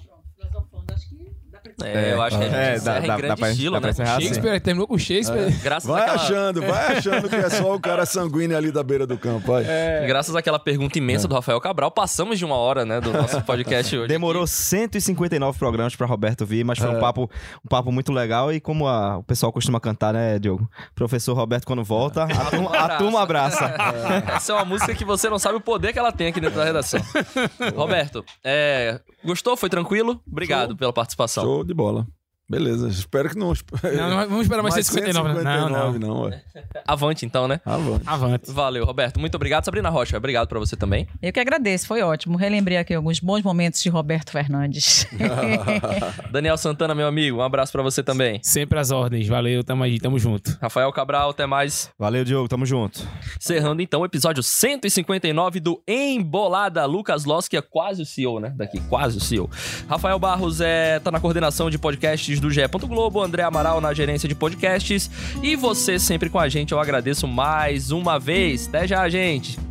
Eu acho que a gente encerra em grande estilo, né? Shakespeare, terminou com Shakespeare. Vai achando que é só o cara sanguíneo ali da beira do campo. Graças àquela pergunta imensa do Rafael Cabral, passamos de 1 hora, né, do nosso podcast hoje. Demorou 159 programas para Roberto vir, mas foi um papo muito legal. E como o pessoal costuma cantar, né, Diogo? Professor Roberto, quando volta, a turma abraça. Essa é uma música que você não sabe o poder que ela tem aqui dentro da redação. Roberto, gostou? Foi tranquilo? Obrigado pela participação. Show de bola. Beleza, espero que não... Não, vamos esperar mais 159. Não. Avante, então, né? Avante. Valeu, Roberto. Muito obrigado. Sabrina Rocha, obrigado pra você também. Eu que agradeço, foi ótimo. Relembrei aqui alguns bons momentos de Roberto Fernandes. Daniel Santana, meu amigo, um abraço pra você também. Sempre às ordens. Valeu, tamo aí, tamo junto. Rafael Cabral, até mais. Valeu, Diogo, tamo junto. Encerrando, então, o episódio 159 do Embolada. Lucas Loss, que é quase o CEO, né? Daqui, quase o CEO. Rafael Barros tá na coordenação de podcasts do GE. Globo, André Amaral na gerência de podcasts e você sempre com a gente, eu agradeço mais uma vez. Até já, gente!